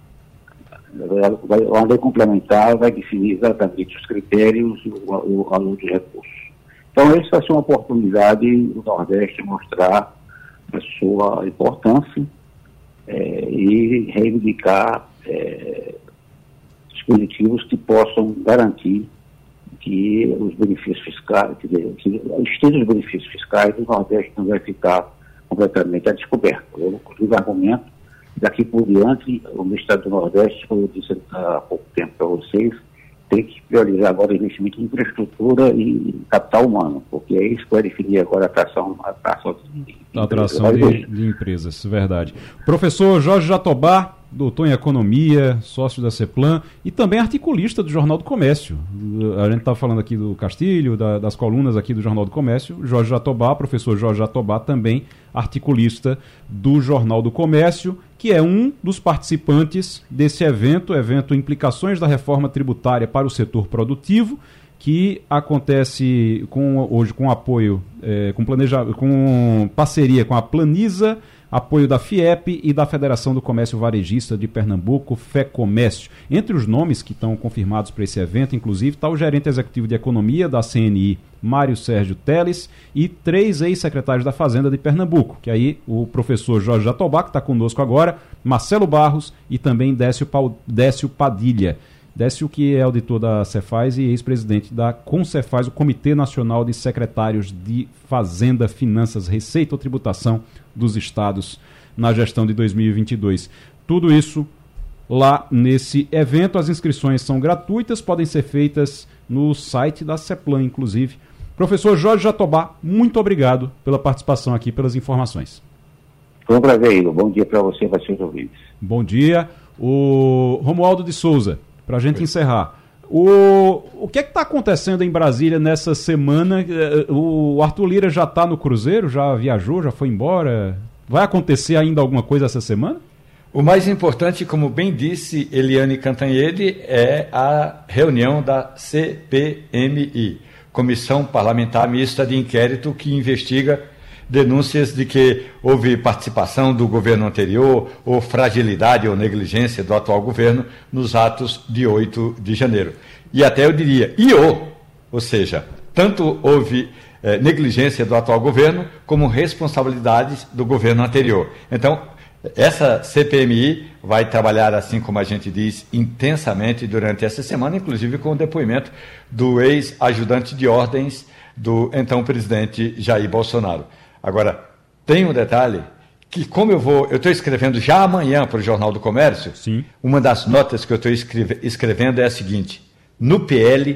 A lei complementar vai definir exatamente os critérios e o valor de recursos. Então, essa vai ser uma oportunidade do Nordeste mostrar a sua importância é, e reivindicar é, dispositivos que possam garantir que os benefícios fiscais, que, que o estilo dos benefícios fiscais do Nordeste não vai ficar completamente a descoberto. Eu, inclusive, argumento daqui por diante, o Estado do Nordeste, como eu disse há pouco tempo para vocês, tem que priorizar agora o investimento em infraestrutura e capital humano, porque é isso que vai definir agora a atração, a atração de, a atração de, de empresas, verdade. Professor Jorge Jatobá, doutor em Economia, sócio da CEPLAN e também articulista do Jornal do Comércio. A gente está falando aqui do Castilho, da, das colunas aqui do Jornal do Comércio. Jorge Jatobá, professor Jorge Jatobá, também articulista do Jornal do Comércio, que é um dos participantes desse evento, evento Implicações da Reforma Tributária para o Setor Produtivo, que acontece com, hoje com apoio, é, com, planeja, com parceria com a Planisa, apoio da FIEP e da Federação do Comércio Varejista de Pernambuco, FEComércio. Entre os nomes que estão confirmados para esse evento, inclusive, está o gerente executivo de Economia da C N I, Mário Sérgio Teles, e três ex-secretários da Fazenda de Pernambuco, que aí o professor Jorge Jatobá, que está conosco agora, Marcelo Barros e também Décio, pa... Décio Padilha. Décio, que é auditor da Cefaz e ex-presidente da Concefaz, o Comitê Nacional de Secretários de Fazenda, Finanças, Receita ou Tributação dos Estados na gestão de dois mil e vinte e dois. Tudo isso lá nesse evento. As inscrições são gratuitas, podem ser feitas no site da CEPLAN, inclusive. Professor Jorge Jatobá, muito obrigado pela participação aqui, pelas informações. Foi um prazer, Igor. Bom dia para você e para seus ouvintes. Bom dia. O Romualdo de Souza, para a gente Oi. encerrar. O, o que é que está acontecendo em Brasília nessa semana? O Arthur Lira já está no Cruzeiro? Já viajou? Já foi embora? Vai acontecer ainda alguma coisa essa semana? O mais importante, como bem disse Eliane Cantanhede, é a reunião da C P M I, Comissão Parlamentar Mista de Inquérito, que investiga denúncias de que houve participação do governo anterior ou fragilidade ou negligência do atual governo nos atos de oito de janeiro. E até eu diria, e ou, ou seja, tanto houve eh, negligência do atual governo como responsabilidades do governo anterior. Então, essa C P M I vai trabalhar, assim como a gente diz, intensamente durante essa semana, inclusive com o depoimento do ex-ajudante de ordens do então presidente Jair Bolsonaro. Agora, tem um detalhe, que como eu vou, eu estou escrevendo já amanhã para o Jornal do Comércio, Sim. uma das notas que eu estou escreve, escrevendo é a seguinte: no P L,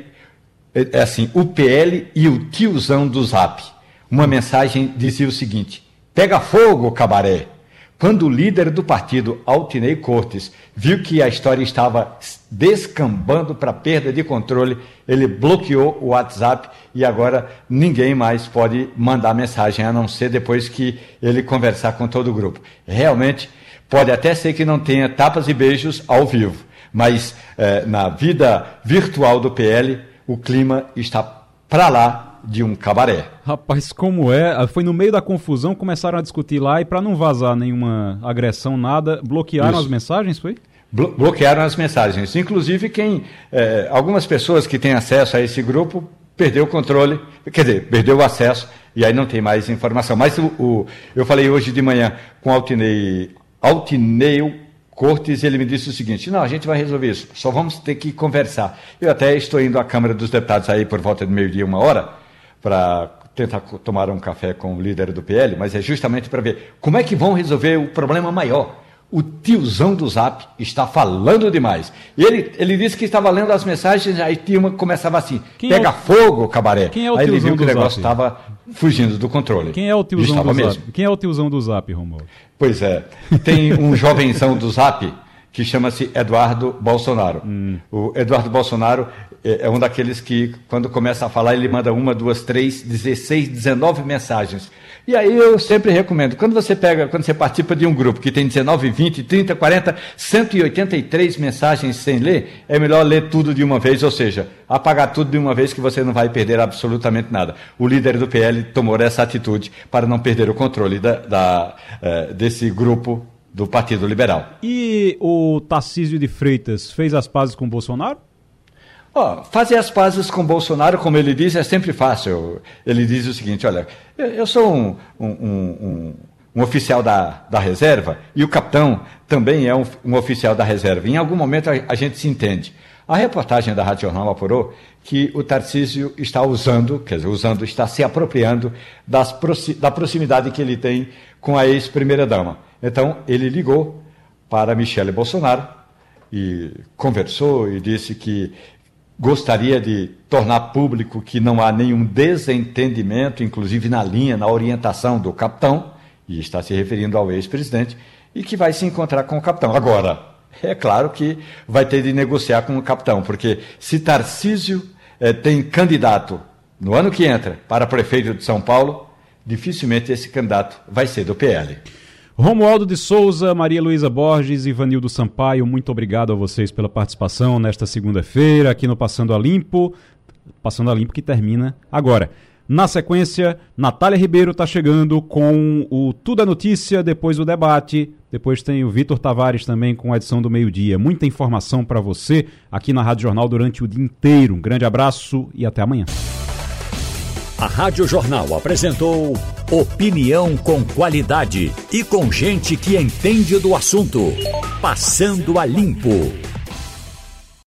é assim, o P L e o tiozão do Zap. Uma mensagem dizia o seguinte: pega fogo, cabaré. Quando o líder do partido, Altinei Cortes, viu que a história estava descambando para perda de controle, ele bloqueou o WhatsApp e agora ninguém mais pode mandar mensagem, a não ser depois que ele conversar com todo o grupo. Realmente, pode até ser que não tenha tapas e beijos ao vivo, mas eh, na vida virtual do P L, o clima está para lá de um cabaré. Rapaz, como é? Foi no meio da confusão, começaram a discutir lá e para não vazar nenhuma agressão, nada, bloquearam Isso. as mensagens, foi? Blo- bloquearam as mensagens. Inclusive, quem, eh, algumas pessoas que têm acesso a esse grupo perdeu o controle, quer dizer, perdeu o acesso e aí não tem mais informação. Mas o, o, eu falei hoje de manhã com o Altinei, Altinei Cortes, ele me disse o seguinte: não, a gente vai resolver isso, só vamos ter que conversar. Eu até estou indo à Câmara dos Deputados aí por volta de meio-dia, uma hora, para tentar tomar um café com o líder do P L, mas é justamente para ver como é que vão resolver o problema maior. o tiozão do Zap está falando demais. E ele, ele disse que estava lendo as mensagens, aí tinha uma que começava assim, Quem pega é o... fogo, cabaré. Quem é o aí ele tiozão viu que o do negócio Zap? estava fugindo do controle. Quem é o tiozão estava do mesmo. Zap? Quem é o tiozão do Zap, Romualdo? Pois é, tem um jovenzão do Zap que chama-se Eduardo Bolsonaro. Hum. O Eduardo Bolsonaro é, é um daqueles que, quando começa a falar, ele manda uma, duas, três, dezesseis, dezenove mensagens. E aí eu sempre recomendo, quando você pega, quando você participa de um grupo que tem dezenove, vinte, trinta, quarenta, cento e oitenta e três mensagens sem ler, é melhor ler tudo de uma vez, ou seja, apagar tudo de uma vez que você não vai perder absolutamente nada. O líder do P L tomou essa atitude para não perder o controle da, da, uh, desse grupo do Partido Liberal. E o Tarcísio de Freitas fez as pazes com o Bolsonaro? Oh, fazer as pazes com Bolsonaro, como ele diz, é sempre fácil. Ele diz o seguinte, olha, eu, eu sou um, um, um, um oficial da, da reserva e o capitão também é um, um oficial da reserva. Em algum momento a, a gente se entende. A reportagem da Rádio Jornal apurou que o Tarcísio está usando, quer dizer, usando, está se apropriando das, da proximidade que ele tem com a ex-primeira-dama. Então, ele ligou para Michele Bolsonaro e conversou e disse que gostaria de tornar público que não há nenhum desentendimento, inclusive na linha, na orientação do capitão, e está se referindo ao ex-presidente, e que vai se encontrar com o capitão. Agora, é claro que vai ter de negociar com o capitão, porque se Tarcísio eh, tem candidato no ano que entra para prefeito de São Paulo, dificilmente esse candidato vai ser do P L. Romualdo de Souza, Maria Luísa Borges e Ivanildo Sampaio, muito obrigado a vocês pela participação nesta segunda-feira aqui no Passando a Limpo. Passando a Limpo que termina agora. Na sequência, Natália Ribeiro está chegando com o Tudo é Notícia, depois o debate, depois tem o Vitor Tavares também com a edição do meio-dia. Muita informação para você aqui na Rádio Jornal durante o dia inteiro. Um grande abraço e até amanhã. A Rádio Jornal apresentou opinião com qualidade e com gente que entende do assunto. Passando a Limpo.